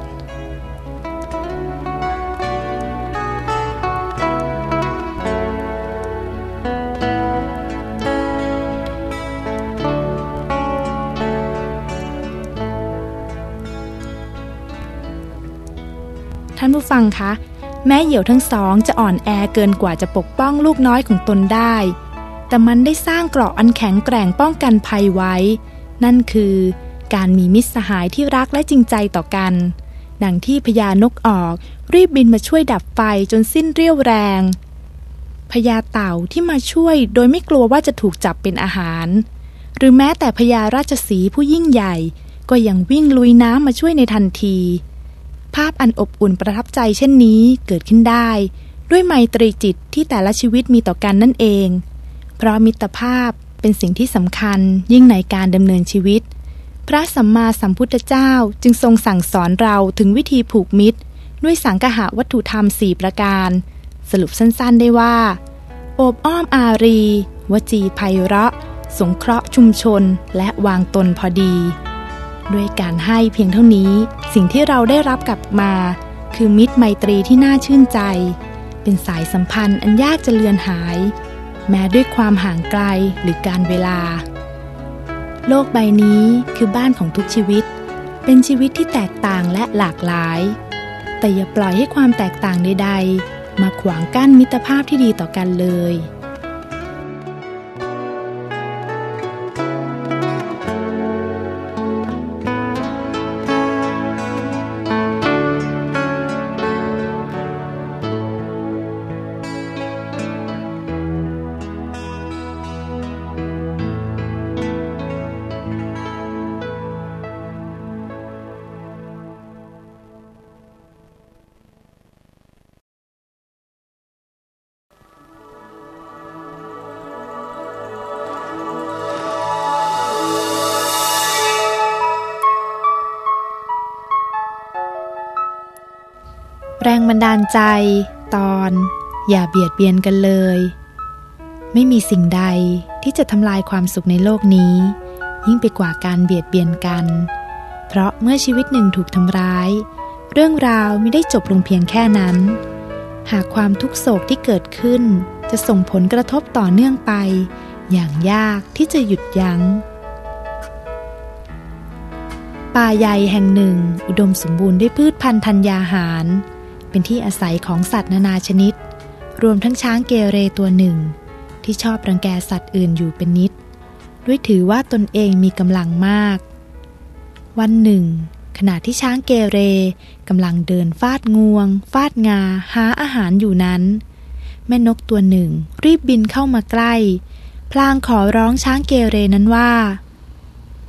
ท่านผู้ฟังคะแม้เหยี่ยวทั้งสองจะอ่อนแอเกินกว่าจะปกป้องลูกน้อยของตนได้แต่มันได้สร้างเกราะอันแข็งแกร่งป้องกันภัยไว้นั่นคือการมีมิตรสหายที่รักและจริงใจต่อกันดังที่พญานกออกรีบบินมาช่วยดับไฟจนสิ้นเรี่ยวแรงพญาเต่าที่มาช่วยโดยไม่กลัวว่าจะถูกจับเป็นอาหารหรือแม้แต่พญาราชสีห์ผู้ยิ่งใหญ่ก็ยังวิ่งลุยน้ำมาช่วยในทันทีภาพอันอบอุ่นประทับใจเช่นนี้เกิดขึ้นได้ด้วยไมตรีจิตที่แต่ละชีวิตมีต่อกันนั่นเองเพราะมิตรภาพเป็นสิ่งที่สำคัญยิ่งในการดำเนินชีวิตพระสัมมาสัมพุทธเจ้าจึงทรงสั่งสอนเราถึงวิธีผูกมิตรด้วยสังคหวัตถุธรรมสี่ประการสรุปสั้นๆได้ว่าโอบอ้อมอารีวจีไพเราะสงเคราะห์ชุมชนและวางตนพอดีด้วยการให้เพียงเท่านี้สิ่งที่เราได้รับกลับมาคือมิตรไมตรีที่น่าชื่นใจเป็นสายสัมพันธ์อันยากจะเลือนหายแม้ด้วยความห่างไกลหรือการเวลาโลกใบนี้คือบ้านของทุกชีวิตเป็นชีวิตที่แตกต่างและหลากหลายแต่อย่าปล่อยให้ความแตกต่างใดๆมาขวางกั้นมิตรภาพที่ดีต่อกันเลยแรงบันดาลใจตอนอย่าเบียดเบียนกันเลยไม่มีสิ่งใดที่จะทำลายความสุขในโลกนี้ยิ่งไปกว่าการเบียดเบียนกันเพราะเมื่อชีวิตหนึ่งถูกทำร้ายเรื่องราวไม่ได้จบลงเพียงแค่นั้นหากความทุกโศกที่เกิดขึ้นจะส่งผลกระทบต่อเนื่องไปอย่างยากที่จะหยุดยั้งป่าใหญ่แห่งหนึ่งอุดมสมบูรณ์ด้วยพืชพันธุ์ธัญญาหารเป็นที่อาศัยของสัตว์นานาชนิดรวมทั้งช้างเกเรตัวหนึ่งที่ชอบรังแกสัตว์อื่นอยู่เป็นนิดด้วยถือว่าตนเองมีกำลังมากวันหนึ่งขณะที่ช้างเกเรกำลังเดินฟาดงวงฟาดงาหาอาหารอยู่นั้นแม่นกตัวหนึ่งรีบบินเข้ามาใกล้พลางขอร้องช้างเกเรนั้นว่า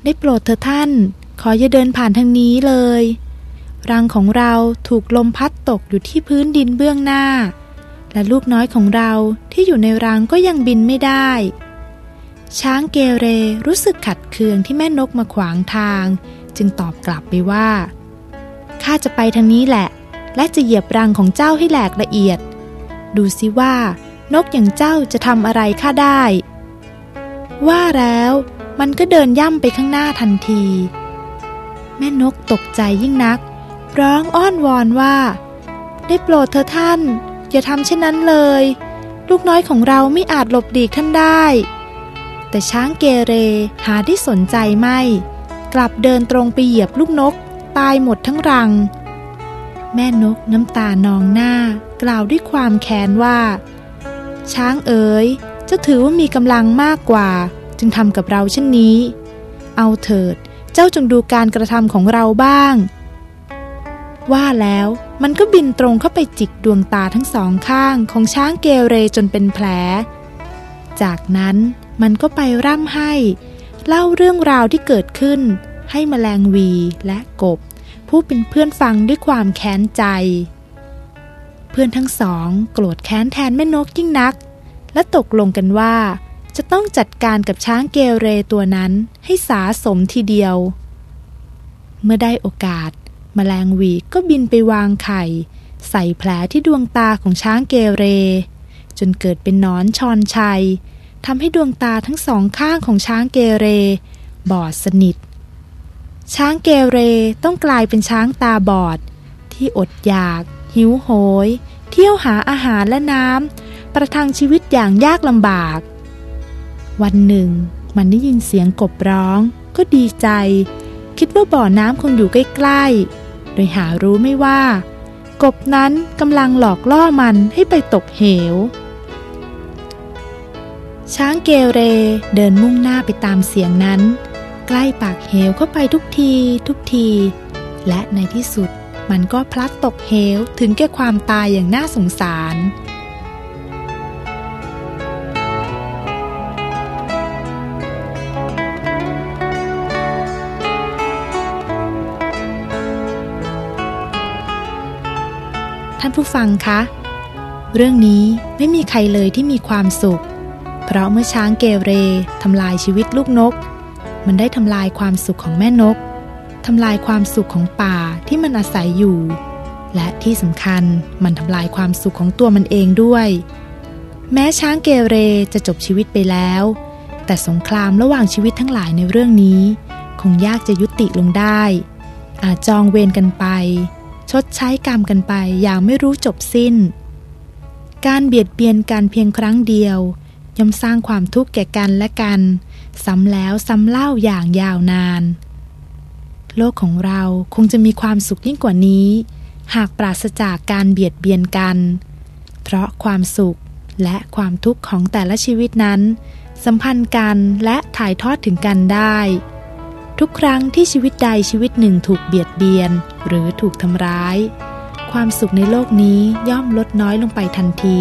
ได้โปรดเถอะท่านขออย่าเดินผ่านทางนี้เลยรังของเราถูกลมพัดตกอยู่ที่พื้นดินเบื้องหน้าและลูกน้อยของเราที่อยู่ในรังก็ยังบินไม่ได้ช้างเกเรรู้สึกขัดเคืองที่แม่นกมาขวางทางจึงตอบกลับไปว่าข้าจะไปทางนี้แหละและจะเหยียบรังของเจ้าให้แหลกละเอียดดูสิว่านกอย่างเจ้าจะทำอะไรข้าได้ว่าแล้วมันก็เดินย่ำไปข้างหน้าทันทีแม่นกตกใจยิ่งนักร้องอ้อนวอนว่าได้โปรดเถอะท่านอย่าทำเช่นนั้นเลยลูกน้อยของเราไม่อาจหลบหลีกท่านได้แต่ช้างเกเรหาได้สนใจไม่กลับเดินตรงไปเหยียบลูกนกตายหมดทั้งรังแม่นกน้ำตานองหน้ากล่าวด้วยความแค้นว่าช้างเอ๋ยเจ้าถือว่ามีกำลังมากกว่าจึงทำกับเราเช่นนี้เอาเถิดเจ้าจงดูการกระทำของเราบ้างว่าแล้วมันก็บินตรงเข้าไปจิกดวงตาทั้งสองข้างของช้างเกเรจนเป็นแผลจากนั้นมันก็ไปร่ำไห้เล่าเรื่องราวที่เกิดขึ้นให้แมลงวีและกบผู้เป็นเพื่อนฟังด้วยความแค้นใจเพื่อนทั้งสองโกรธแค้นแทนแม่นกยิ่งนักและตกลงกันว่าจะต้องจัดการกับช้างเกเรตัวนั้นให้สาสมทีเดียวเมื่อได้โอกาสแมลงวีก็บินไปวางไข่ใส่แผลที่ดวงตาของช้างเกเรจนเกิดเป็นหนอนชอนชัยทำให้ดวงตาทั้งสองข้างของช้างเกเรบอดสนิทช้างเกเรต้องกลายเป็นช้างตาบอดที่อดอยากหิวโหยเที่ยวหาอาหารและน้ำประทังชีวิตอย่างยากลำบากวันหนึ่งมันได้ยินเสียงกบร้องก็ดีใจคิดว่าบ่อน้ำคงอยู่ใกล้ๆโดยหารู้ไม่ว่ากบนั้นกำลังหลอกล่อมันให้ไปตกเหวช้างเกเรเดินมุ่งหน้าไปตามเสียงนั้นใกล้ปากเหวเข้าไปทุกทีทุกทีและในที่สุดมันก็พลัดตกเหวถึงแก่ความตายอย่างน่าสงสารท่านผู้ฟังคะเรื่องนี้ไม่มีใครเลยที่มีความสุขเพราะเมื่อช้างเกเรทำลายชีวิตลูกนกมันได้ทำลายความสุขของแม่นกทำลายความสุขของป่าที่มันอาศัยอยู่และที่สำคัญมันทำลายความสุขของตัวมันเองด้วยแม้ช้างเกเรจะจบชีวิตไปแล้วแต่สงครามระหว่างชีวิตทั้งหลายในเรื่องนี้คงยากจะยุติลงได้อาจจองเวรกันไปชดใช้กรรมกันไปอย่างไม่รู้จบสิ้นการเบียดเบียนกันเพียงครั้งเดียวย่อมสร้างความทุกข์แก่กันและกันซ้ำแล้วซ้ำเล่าอย่างยาวนานโลกของเราคงจะมีความสุขยิ่งกว่านี้หากปราศจากการเบียดเบียนกันเพราะความสุขและความทุกข์ของแต่ละชีวิตนั้นสัมพันธ์กันและถ่ายทอดถึงกันได้ทุกครั้งที่ชีวิตใดชีวิตหนึ่งถูกเบียดเบียนหรือถูกทำร้ายความสุขในโลกนี้ย่อมลดน้อยลงไปทันที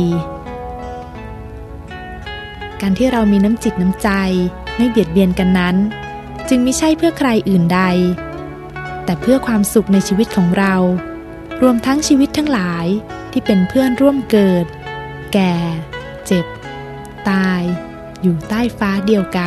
การที่เรามีน้ำจิตน้ำใจไม่เบียดเบียนกันนั้นจึงไม่ใช่เพื่อใครอื่นใดแต่เพื่อความสุขในชีวิตของเรารวมทั้งชีวิตทั้งหลายที่เป็นเพื่อนร่วมเกิดแก่เจ็บตายอยู่ใต้ฟ้าเดียวกัน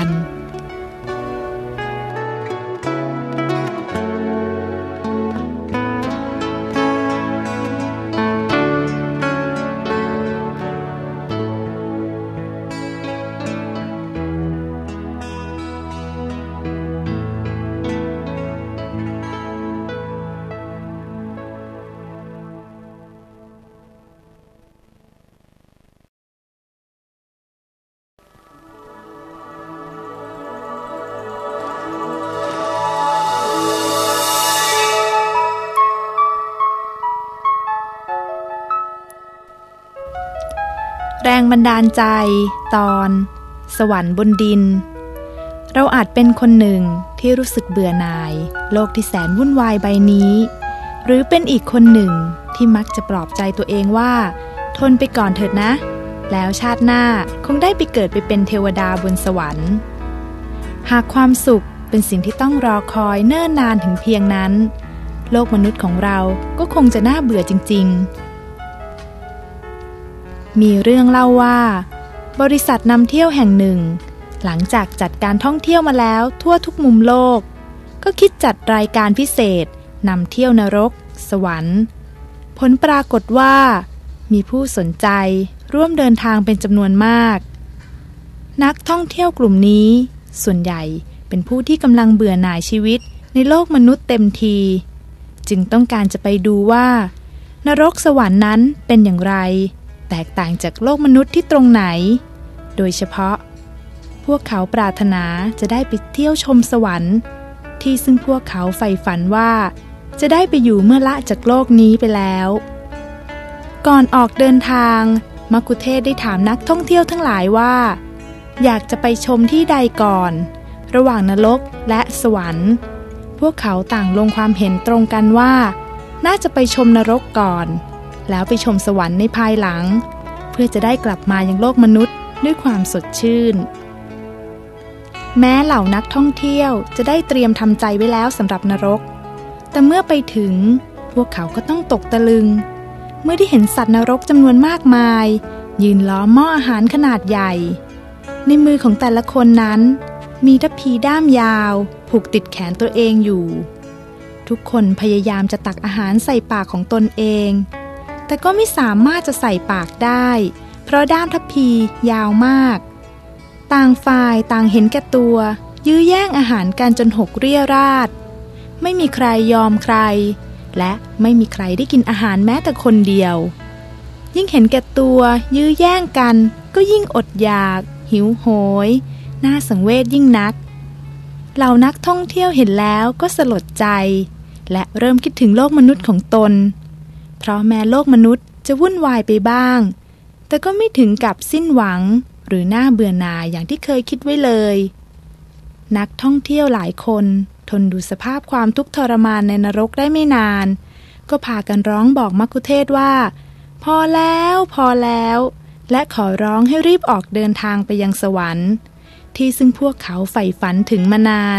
แรงบันดาลใจตอนสวรรค์บนดินเราอาจเป็นคนหนึ่งที่รู้สึกเบื่อหน่ายโลกที่แสนวุ่นวายใบนี้หรือเป็นอีกคนหนึ่งที่มักจะปลอบใจตัวเองว่าทนไปก่อนเถิดนะแล้วชาติหน้าคงได้ไปเกิดไปเป็นเทวดาบนสวรรค์หากความสุขเป็นเป็นสิ่งที่ต้องรอคอยเนิ่นนานถึงเพียงนั้นโลกมนุษย์ของเราก็คงจะน่าเบื่อจริงๆมีเรื่องเล่าว่าบริษัทนำเที่ยวแห่งหนึ่งหลังจากจัดการท่องเที่ยวมาแล้วทั่วทุกมุมโลกก็คิดจัดรายการพิเศษนำเที่ยวนรกสวรรค์ผลปรากฏว่ามีผู้สนใจร่วมเดินทางเป็นจำนวนมากนักท่องเที่ยวกลุ่มนี้ส่วนใหญ่เป็นผู้ที่กำลังเบื่อหน่ายชีวิตในโลกมนุษย์เต็มทีจึงต้องการจะไปดูว่านรกสวรรค์นั้นเป็นอย่างไรแตกต่างจากโลกมนุษย์ที่ตรงไหนโดยเฉพาะพวกเขาปรารถนาจะได้ไปเที่ยวชมสวรรค์ที่ซึ่งพวกเขาใฝ่ฝันว่าจะได้ไปอยู่เมื่อละจากโลกนี้ไปแล้วก่อนออกเดินทางมัคคุเทศก์ได้ถามนักท่องเที่ยวทั้งหลายว่าอยากจะไปชมที่ใดก่อนระหว่างนรกและสวรรค์พวกเขาต่างลงความเห็นตรงกันว่าน่าจะไปชมนรกก่อนแล้วไปชมสวรรค์ในภายหลังเพื่อจะได้กลับมายังโลกมนุษย์ด้วยความสดชื่นแม้เหล่านักท่องเที่ยวจะได้เตรียมทำใจไว้แล้วสำหรับนรกแต่เมื่อไปถึงพวกเขาก็ต้องตกตะลึงเมื่อได้เห็นสัตว์นรกจำนวนมากมายยืนล้อมหม้ออาหารขนาดใหญ่ในมือของแต่ละคนนั้นมีทัพพีด้ามยาวผูกติดแขนตัวเองอยู่ทุกคนพยายามจะตักอาหารใส่ปากของตนเองแต่ก็ไม่สามารถจะใส่ปากได้เพราะด้ามทัพพียาวมากต่างฝ่ายต่างเห็นแก่ตัวยื้อแย่งอาหารกันจนหกเรี่ยราดไม่มีใครยอมใครและไม่มีใครได้กินอาหารแม้แต่คนเดียวยิ่งเห็นแก่ตัวยื้อแย่งกันก็ยิ่งอดอยากหิวโหยน่าสังเวชยิ่งนักเหล่านักท่องเที่ยวเห็นแล้วก็สลดใจและเริ่มคิดถึงโลกมนุษย์ของตนเพราะแม้โลกมนุษย์จะวุ่นวายไปบ้างแต่ก็ไม่ถึงกับสิ้นหวังหรือน่าเบื่อหน่ายอย่างที่เคยคิดไว้เลยนักท่องเที่ยวหลายคนทนดูสภาพความทุกข์ทรมานในนรกได้ไม่นานก็พากันร้องบอกมัคคุเทศก์ว่าพอแล้วพอแล้วและขอร้องให้รีบออกเดินทางไปยังสวรรค์ที่ซึ่งพวกเขาใฝ่ฝันถึงมานาน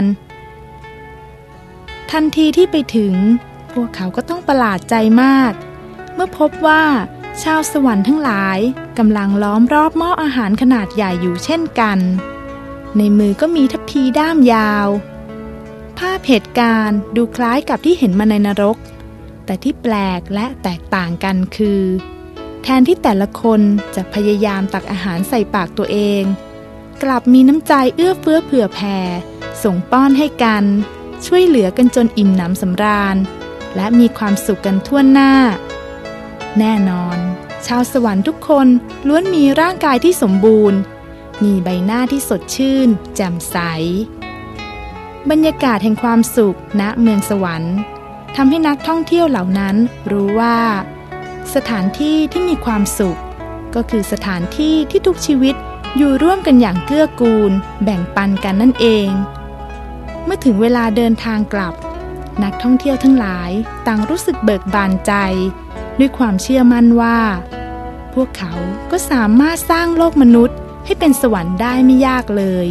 ทันทีที่ไปถึงพวกเขาก็ต้องประหลาดใจมากเมื่อพบว่าชาวสวรรค์ทั้งหลายกำลังล้อมรอบหม้ออาหารขนาดใหญ่อยู่เช่นกันในมือก็มีทัพพีด้ามยาวภาพเหตุการณ์ดูคล้ายกับที่เห็นมาในนรกแต่ที่แปลกและแตกต่างกันคือแทนที่แต่ละคนจะพยายามตักอาหารใส่ปากตัวเองกลับมีน้ำใจเอื้อเฟื้อเผื่อแผ่ส่งป้อนให้กันช่วยเหลือกันจนอิ่มหนำสำราญและมีความสุขกันทั่วหน้าแน่นอนชาวสวรรค์ทุกคนล้วนมีร่างกายที่สมบูรณ์มีใบหน้าที่สดชื่นแจ่มใสบรรยากาศแห่งความสุขณเมืองสวรรค์ทำให้นักท่องเที่ยวเหล่านั้นรู้ว่าสถานที่ที่มีความสุขก็คือสถานที่ที่ทุกชีวิตอยู่ร่วมกันอย่างเกื้อกูลแบ่งปันกันนั่นเองเมื่อถึงเวลาเดินทางกลับนักท่องเที่ยวทั้งหลายต่างรู้สึกเบิกบานใจด้วยความเชื่อมั่นว่าพวกเขาก็สามารถสร้างโลกมนุษย์ให้เป็นสวรรค์ได้ไม่ยากเลย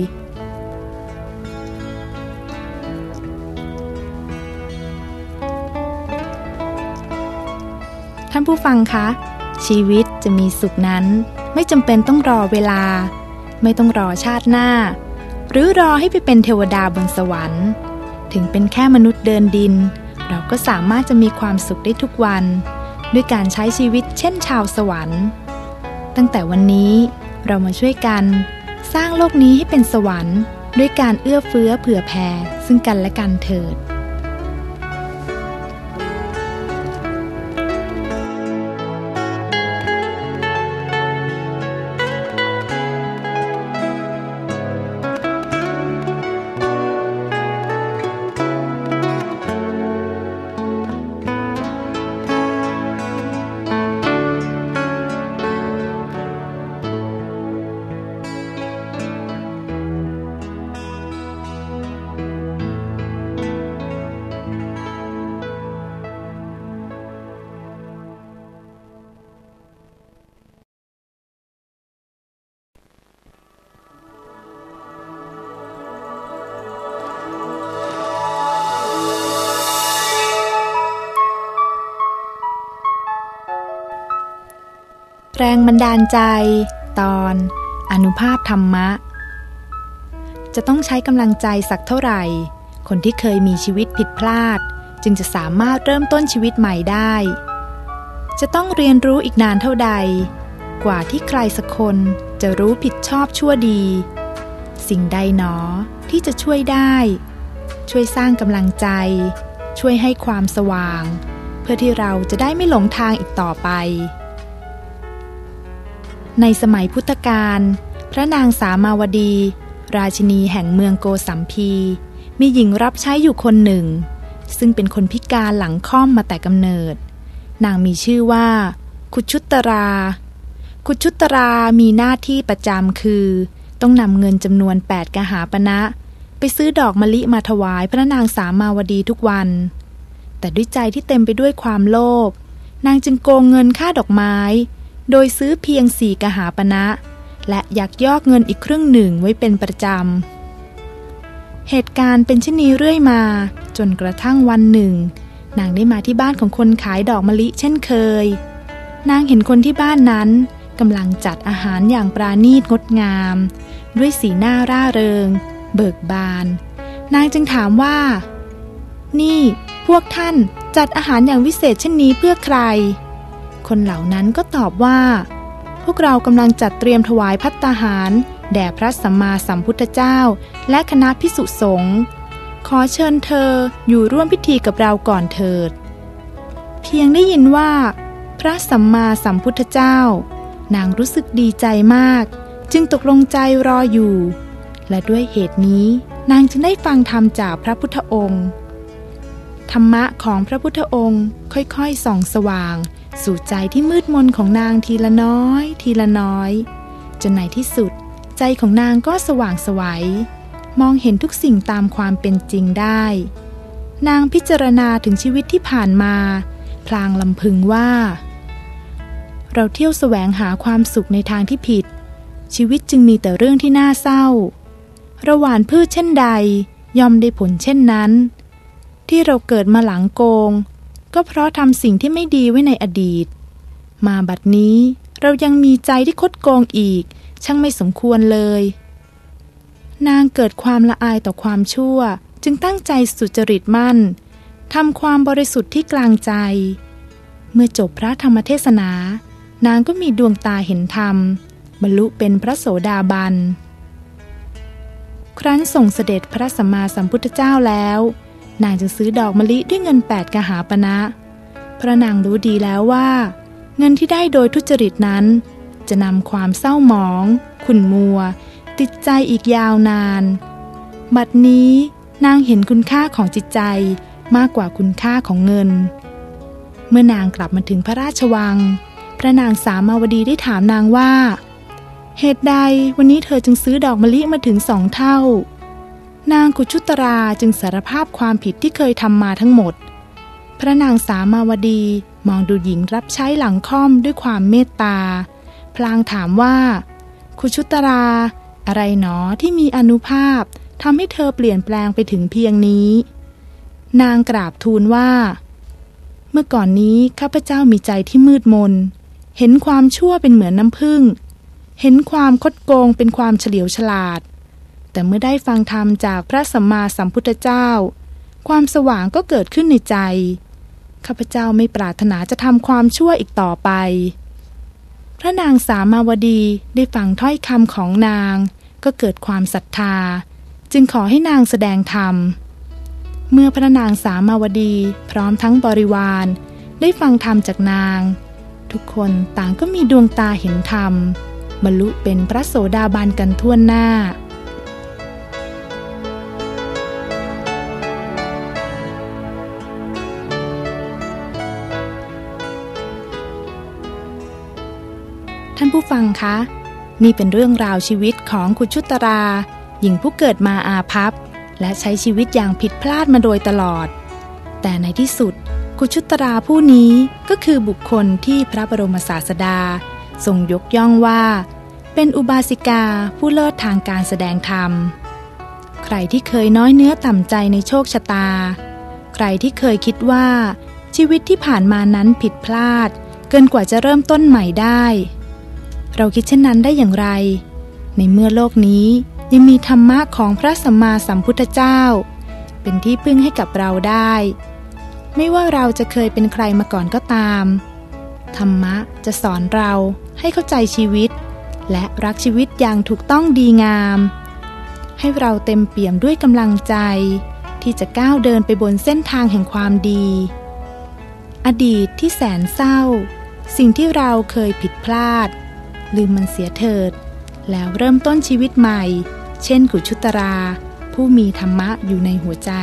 ท่านผู้ฟังคะชีวิตจะมีสุขนั้นไม่จำเป็นต้องรอเวลาไม่ต้องรอชาติหน้าหรือรอให้ไปเป็นเทวดาบนสวรรค์ถึงเป็นแค่มนุษย์เดินดินเราก็สามารถจะมีความสุขได้ทุกวันด้วยการใช้ชีวิตเช่นชาวสวรรค์ตั้งแต่วันนี้เรามาช่วยกันสร้างโลกนี้ให้เป็นสวรรค์ด้วยการเอื้อเฟื้อเผื่อแผ่ซึ่งกันและกันเถิดแรงบันดาลใจตอนอานุภาพธรรมะจะต้องใช้กำลังใจสักเท่าไหร่คนที่เคยมีชีวิตผิดพลาดจึงจะสามารถเริ่มต้นชีวิตใหม่ได้จะต้องเรียนรู้อีกนานเท่าใดกว่าที่ใครสักคนจะรู้ผิดชอบชั่วดีสิ่งใดหนอที่จะช่วยได้ช่วยสร้างกำลังใจช่วยให้ความสว่างเพื่อที่เราจะได้ไม่หลงทางอีกต่อไปในสมัยพุทธกาลพระนางสามาวดีราชินีแห่งเมืองโกสัมพีมีหญิงรับใช้อยู่คนหนึ่งซึ่งเป็นคนพิการหลังค่อมมาแต่กำเนิดนางมีชื่อว่าคุชุตราคุชุตรามีหน้าที่ประจำคือต้องนำเงินจำนวนแปดกหาปณะไปซื้อดอกมะลิมาถวายพระนางสามาวดีทุกวันแต่ด้วยใจที่เต็มไปด้วยความโลภนางจึงโกงเงินค่าดอกไม้โดยซื้อเพียงสี่กหาปณะและยักยอกเงินอีกครึ่งหนึ่งไว้เป็นประจำเหตุการณ์เป็นเช่นนี้เรื่อยมาจนกระทั่งวันหนึ่งนางได้มาที่บ้านของคนขายดอกมะลิเช่นเคยนางเห็นคนที่บ้านนั้นกำลังจัดอาหารอย่างปราณีตงดงามด้วยสีหน้าร่าเริงเบิกบานนางจึงถามว่านี่พวกท่านจัดอาหารอย่างวิเศษเช่นนี้เพื่อใครคนเหล่านั้นก็ตอบว่าพวกเรากำลังจัดเตรียมถวายภัตตาหารแด่พระสัมมาสัมพุทธเจ้าและคณะภิกษุสงฆ์ขอเชิญเธออยู่ร่วมพิธีกับเราก่อนเถิดเพียงได้ยินว่าพระสัมมาสัมพุทธเจ้านางรู้สึกดีใจมากจึงตกลงใจรออยู่และด้วยเหตุนี้นางจึงได้ฟังธรรมจากพระพุทธองค์ธรรมะของพระพุทธองค์ค่อยๆส่องสว่างสู่ใจที่มืดมนของนางทีละน้อยทีละน้อยจนในที่สุดใจของนางก็สว่างไสวมองเห็นทุกสิ่งตามความเป็นจริงได้นางพิจารณาถึงชีวิตที่ผ่านมาพลางลำพึงว่าเราเที่ยวแสวงหาความสุขในทางที่ผิดชีวิตจึงมีแต่เรื่องที่น่าเศร้าเราหว่านพืชเช่นใดย่อมได้ผลเช่นนั้นที่เราเกิดมาหลังโกงก็เพราะทำสิ่งที่ไม่ดีไว้ในอดีตมาบัดนี้เรายังมีใจที่คดโกงอีกช่างไม่สมควรเลยนางเกิดความละอายต่อความชั่วจึงตั้งใจสุจริตมั่นทำความบริสุทธิ์ที่กลางใจเมื่อจบพระธรรมเทศนานางก็มีดวงตาเห็นธรรมบรรลุเป็นพระโสดาบันครั้นส่งเสด็จพระสัมมาสัมพุทธเจ้าแล้วนางจึงซื้อดอกมะลิด้วยเงินแปดกหาปณะพระนางรู้ดีแล้วว่าเงินที่ได้โดยทุจริตนั้นจะนำความเศร้าหมองขุ่นมัวติดใจอีกยาวนานบัดนี้นางเห็นคุณค่าของจิตใจมากกว่าคุณค่าของเงินเมื่อนางกลับมาถึงพระราชวังพระนางสามาวดีได้ถามนางว่าเหตุใดวันนี้เธอจึงซื้อดอกมะลิมาถึงสองเท่านางกุชุตราจึงสารภาพความผิดที่เคยทำมาทั้งหมดพระนางสามาวดีมองดูหญิงรับใช้หลังค่อมด้วยความเมตตาพลางถามว่ากุชุตราอะไรหนอที่มีอานุภาพทำให้เธอเปลี่ยนแปลงไปถึงเพียงนี้นางกราบทูลว่าเมื่อก่อนนี้ข้าพเจ้ามีใจที่มืดมนเห็นความชั่วเป็นเหมือนน้ำผึ้งเห็นความคดโกงเป็นความเฉลียวฉลาดแต่เมื่อได้ฟังธรรมจากพระสัมมาสัมพุทธเจ้าความสว่างก็เกิดขึ้นในใจข้าพเจ้าไม่ปรารถนาจะทำความชั่วอีกต่อไปพระนางสามาวดีได้ฟังถ้อยคำของนางก็เกิดความศรัทธาจึงขอให้นางแสดงธรรมเมื่อพระนางสามาวดีพร้อมทั้งบริวารได้ฟังธรรมจากนางทุกคนต่างก็มีดวงตาเห็นธรรมบรรลุเป็นพระโสดาบันกันทั่วหน้าท่านผู้ฟังคะนี่เป็นเรื่องราวชีวิตของกุชุตราหญิงผู้เกิดมาอาภัพและใช้ชีวิตอย่างผิดพลาดมาโดยตลอดแต่ในที่สุดกุชุตราผู้นี้ก็คือบุคคลที่พระบรมศาสดาทรงยกย่องว่าเป็นอุบาสิกาผู้เลิศทางการแสดงธรรมใครที่เคยน้อยเนื้อต่ำใจในโชคชะตาใครที่เคยคิดว่าชีวิตที่ผ่านมานั้นผิดพลาดเกินกว่าจะเริ่มต้นใหม่ได้เราคิดเช่นนั้นได้อย่างไรในเมื่อโลกนี้ยังมีธรรมะของพระสัมมาสัมพุทธเจ้าเป็นที่พึ่งให้กับเราได้ไม่ว่าเราจะเคยเป็นใครมาก่อนก็ตามธรรมะจะสอนเราให้เข้าใจชีวิตและรักชีวิตอย่างถูกต้องดีงามให้เราเต็มเปี่ยมด้วยกำลังใจที่จะก้าวเดินไปบนเส้นทางแห่งความดีอดีตที่แสนเศร้าสิ่งที่เราเคยผิดพลาดลืมมันเสียเถิดแล้วเริ่มต้นชีวิตใหม่เช่นกุชุตราผู้มีธรรมะอยู่ในหัวใจ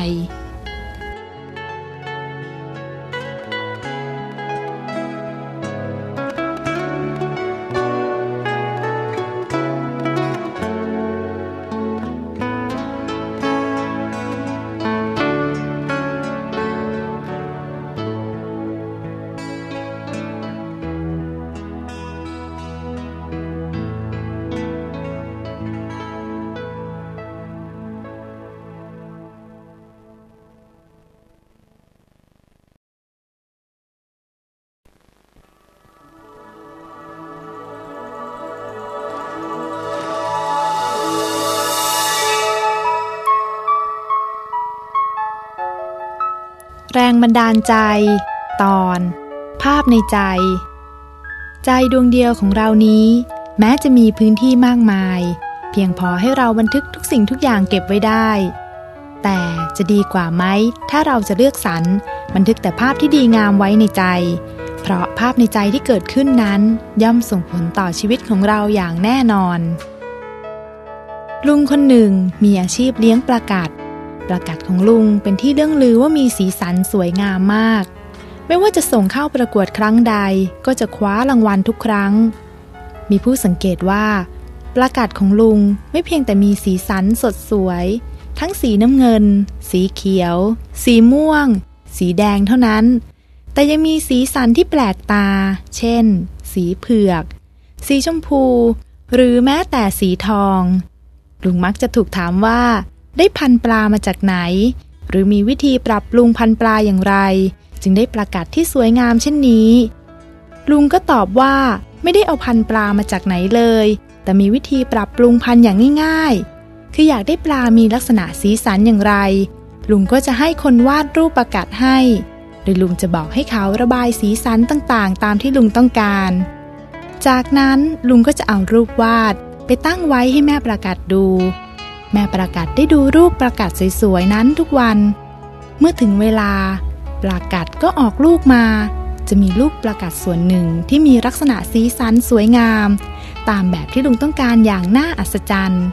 แรงบันดาลใจตอนภาพในใจใจดวงเดียวของเรานี้แม้จะมีพื้นที่มากมายเพียงพอให้เราบันทึกทุกสิ่งทุกอย่างเก็บไว้ได้แต่จะดีกว่าไหมถ้าเราจะเลือกสรรบันทึกแต่ภาพที่ดีงามไว้ในใจเพราะภาพในใจที่เกิดขึ้นนั้นย่อมส่งผลต่อชีวิตของเราอย่างแน่นอนลุงคนหนึ่งมีอาชีพเลี้ยงปลากัดปลากัดของลุงเป็นที่เรื่องลือว่ามีสีสันสวยงามมากไม่ว่าจะส่งเข้าประกวดครั้งใดก็จะคว้ารางวัลทุกครั้งมีผู้สังเกตว่าปลากัดของลุงไม่เพียงแต่มีสีสันสดสวยทั้งสีน้ำเงินสีเขียวสีม่วงสีแดงเท่านั้นแต่ยังมีสีสันที่แปลกตาเช่นสีเผือกสีชมพูหรือแม้แต่สีทองลุงมักจะถูกถามว่าได้พันธุ์ปลามาจากไหนหรือมีวิธีปรับปรุงพันธุ์ปลาอย่างไรจึงได้ปลากัดที่สวยงามเช่นนี้ลุงก็ตอบว่าไม่ได้เอาพันธุ์ปลามาจากไหนเลยแต่มีวิธีปรับปรุงพันธุ์อย่างง่ายๆคืออยากได้ปลามีลักษณะสีสันอย่างไรลุงก็จะให้คนวาดรูปปลากัดให้หรือลุงจะบอกให้เขาระบายสีสันต่างๆตามที่ลุงต้องการจากนั้นลุงก็จะเอารูปวาดไปตั้งไว้ให้แม่ปลากัดดูแม่ปลากัดได้ดูรูปปลากัดสวยๆนั้นทุกวันเมื่อถึงเวลาปลากัดก็ออกลูกมาจะมีลูกปลากัดส่วนหนึ่งที่มีลักษณะสีสันสวยงามตามแบบที่ลุงต้องการอย่างน่าอัศจรรย์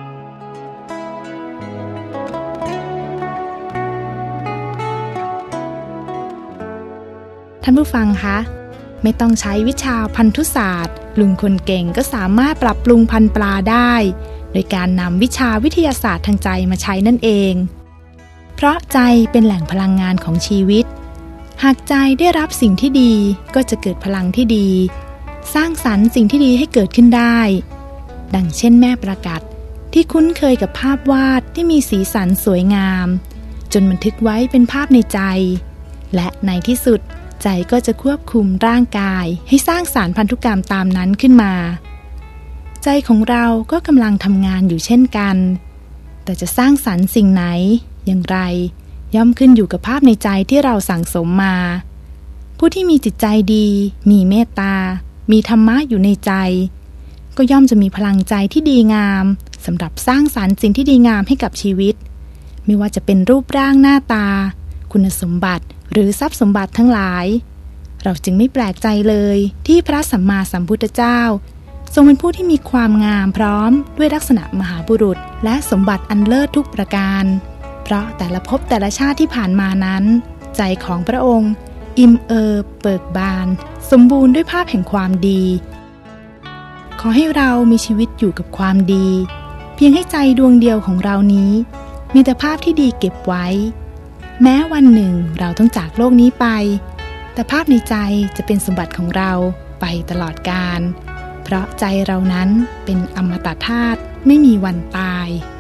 ท่านผู้ฟังคะไม่ต้องใช้วิชาพันธุศาสตร์ลุงคนเก่งก็สามารถปรับปรุงพันธุ์ปลาได้โดยการนำวิชาวิทยาศาสตร์ทางใจมาใช้นั่นเองเพราะใจเป็นแหล่งพลังงานของชีวิตหากใจได้รับสิ่งที่ดีก็จะเกิดพลังที่ดีสร้างสรรค์สิ่งที่ดีให้เกิดขึ้นได้ดังเช่นแม่ปลากัดที่คุ้นเคยกับภาพวาดที่มีสีสันสวยงามจนบันทึกไว้เป็นภาพในใจและในที่สุดใจก็จะควบคุมร่างกายให้สร้างสารพันธุกรรมตามนั้นขึ้นมาใจของเราก็กำลังทำงานอยู่เช่นกันแต่จะสร้างสรรค์สิ่งไหนอย่างไรย่อมขึ้นอยู่กับภาพในใจที่เราสั่งสมมาผู้ที่มีจิตใจดีมีเมตตามีธรรมะอยู่ในใจก็ย่อมจะมีพลังใจที่ดีงามสำหรับสร้างสรรค์สิ่งที่ดีงามให้กับชีวิตไม่ว่าจะเป็นรูปร่างหน้าตาคุณสมบัติหรือทรัพย์สมบัติทั้งหลายเราจึงไม่แปลกใจเลยที่พระสัมมาสัมพุทธเจ้าทรงเป็นผู้ที่มีความงามพร้อมด้วยลักษณะมหาบุรุษและสมบัติอันเลิศทุกประการเพราะแต่ละภพแต่ละชาติที่ผ่านมานั้นใจของพระองค์อิ่มเอิบเบิกบานสมบูรณ์ด้วยภาพแห่งความดีขอให้เรามีชีวิตอยู่กับความดีเพียงให้ใจดวงเดียวของเรานี้มีแต่ภาพที่ดีเก็บไว้แม้วันหนึ่งเราต้องจากโลกนี้ไปแต่ภาพในใจจะเป็นสมบัติของเราไปตลอดกาลเพราะใจเรานั้นเป็นอมตะธาตุไม่มีวันตาย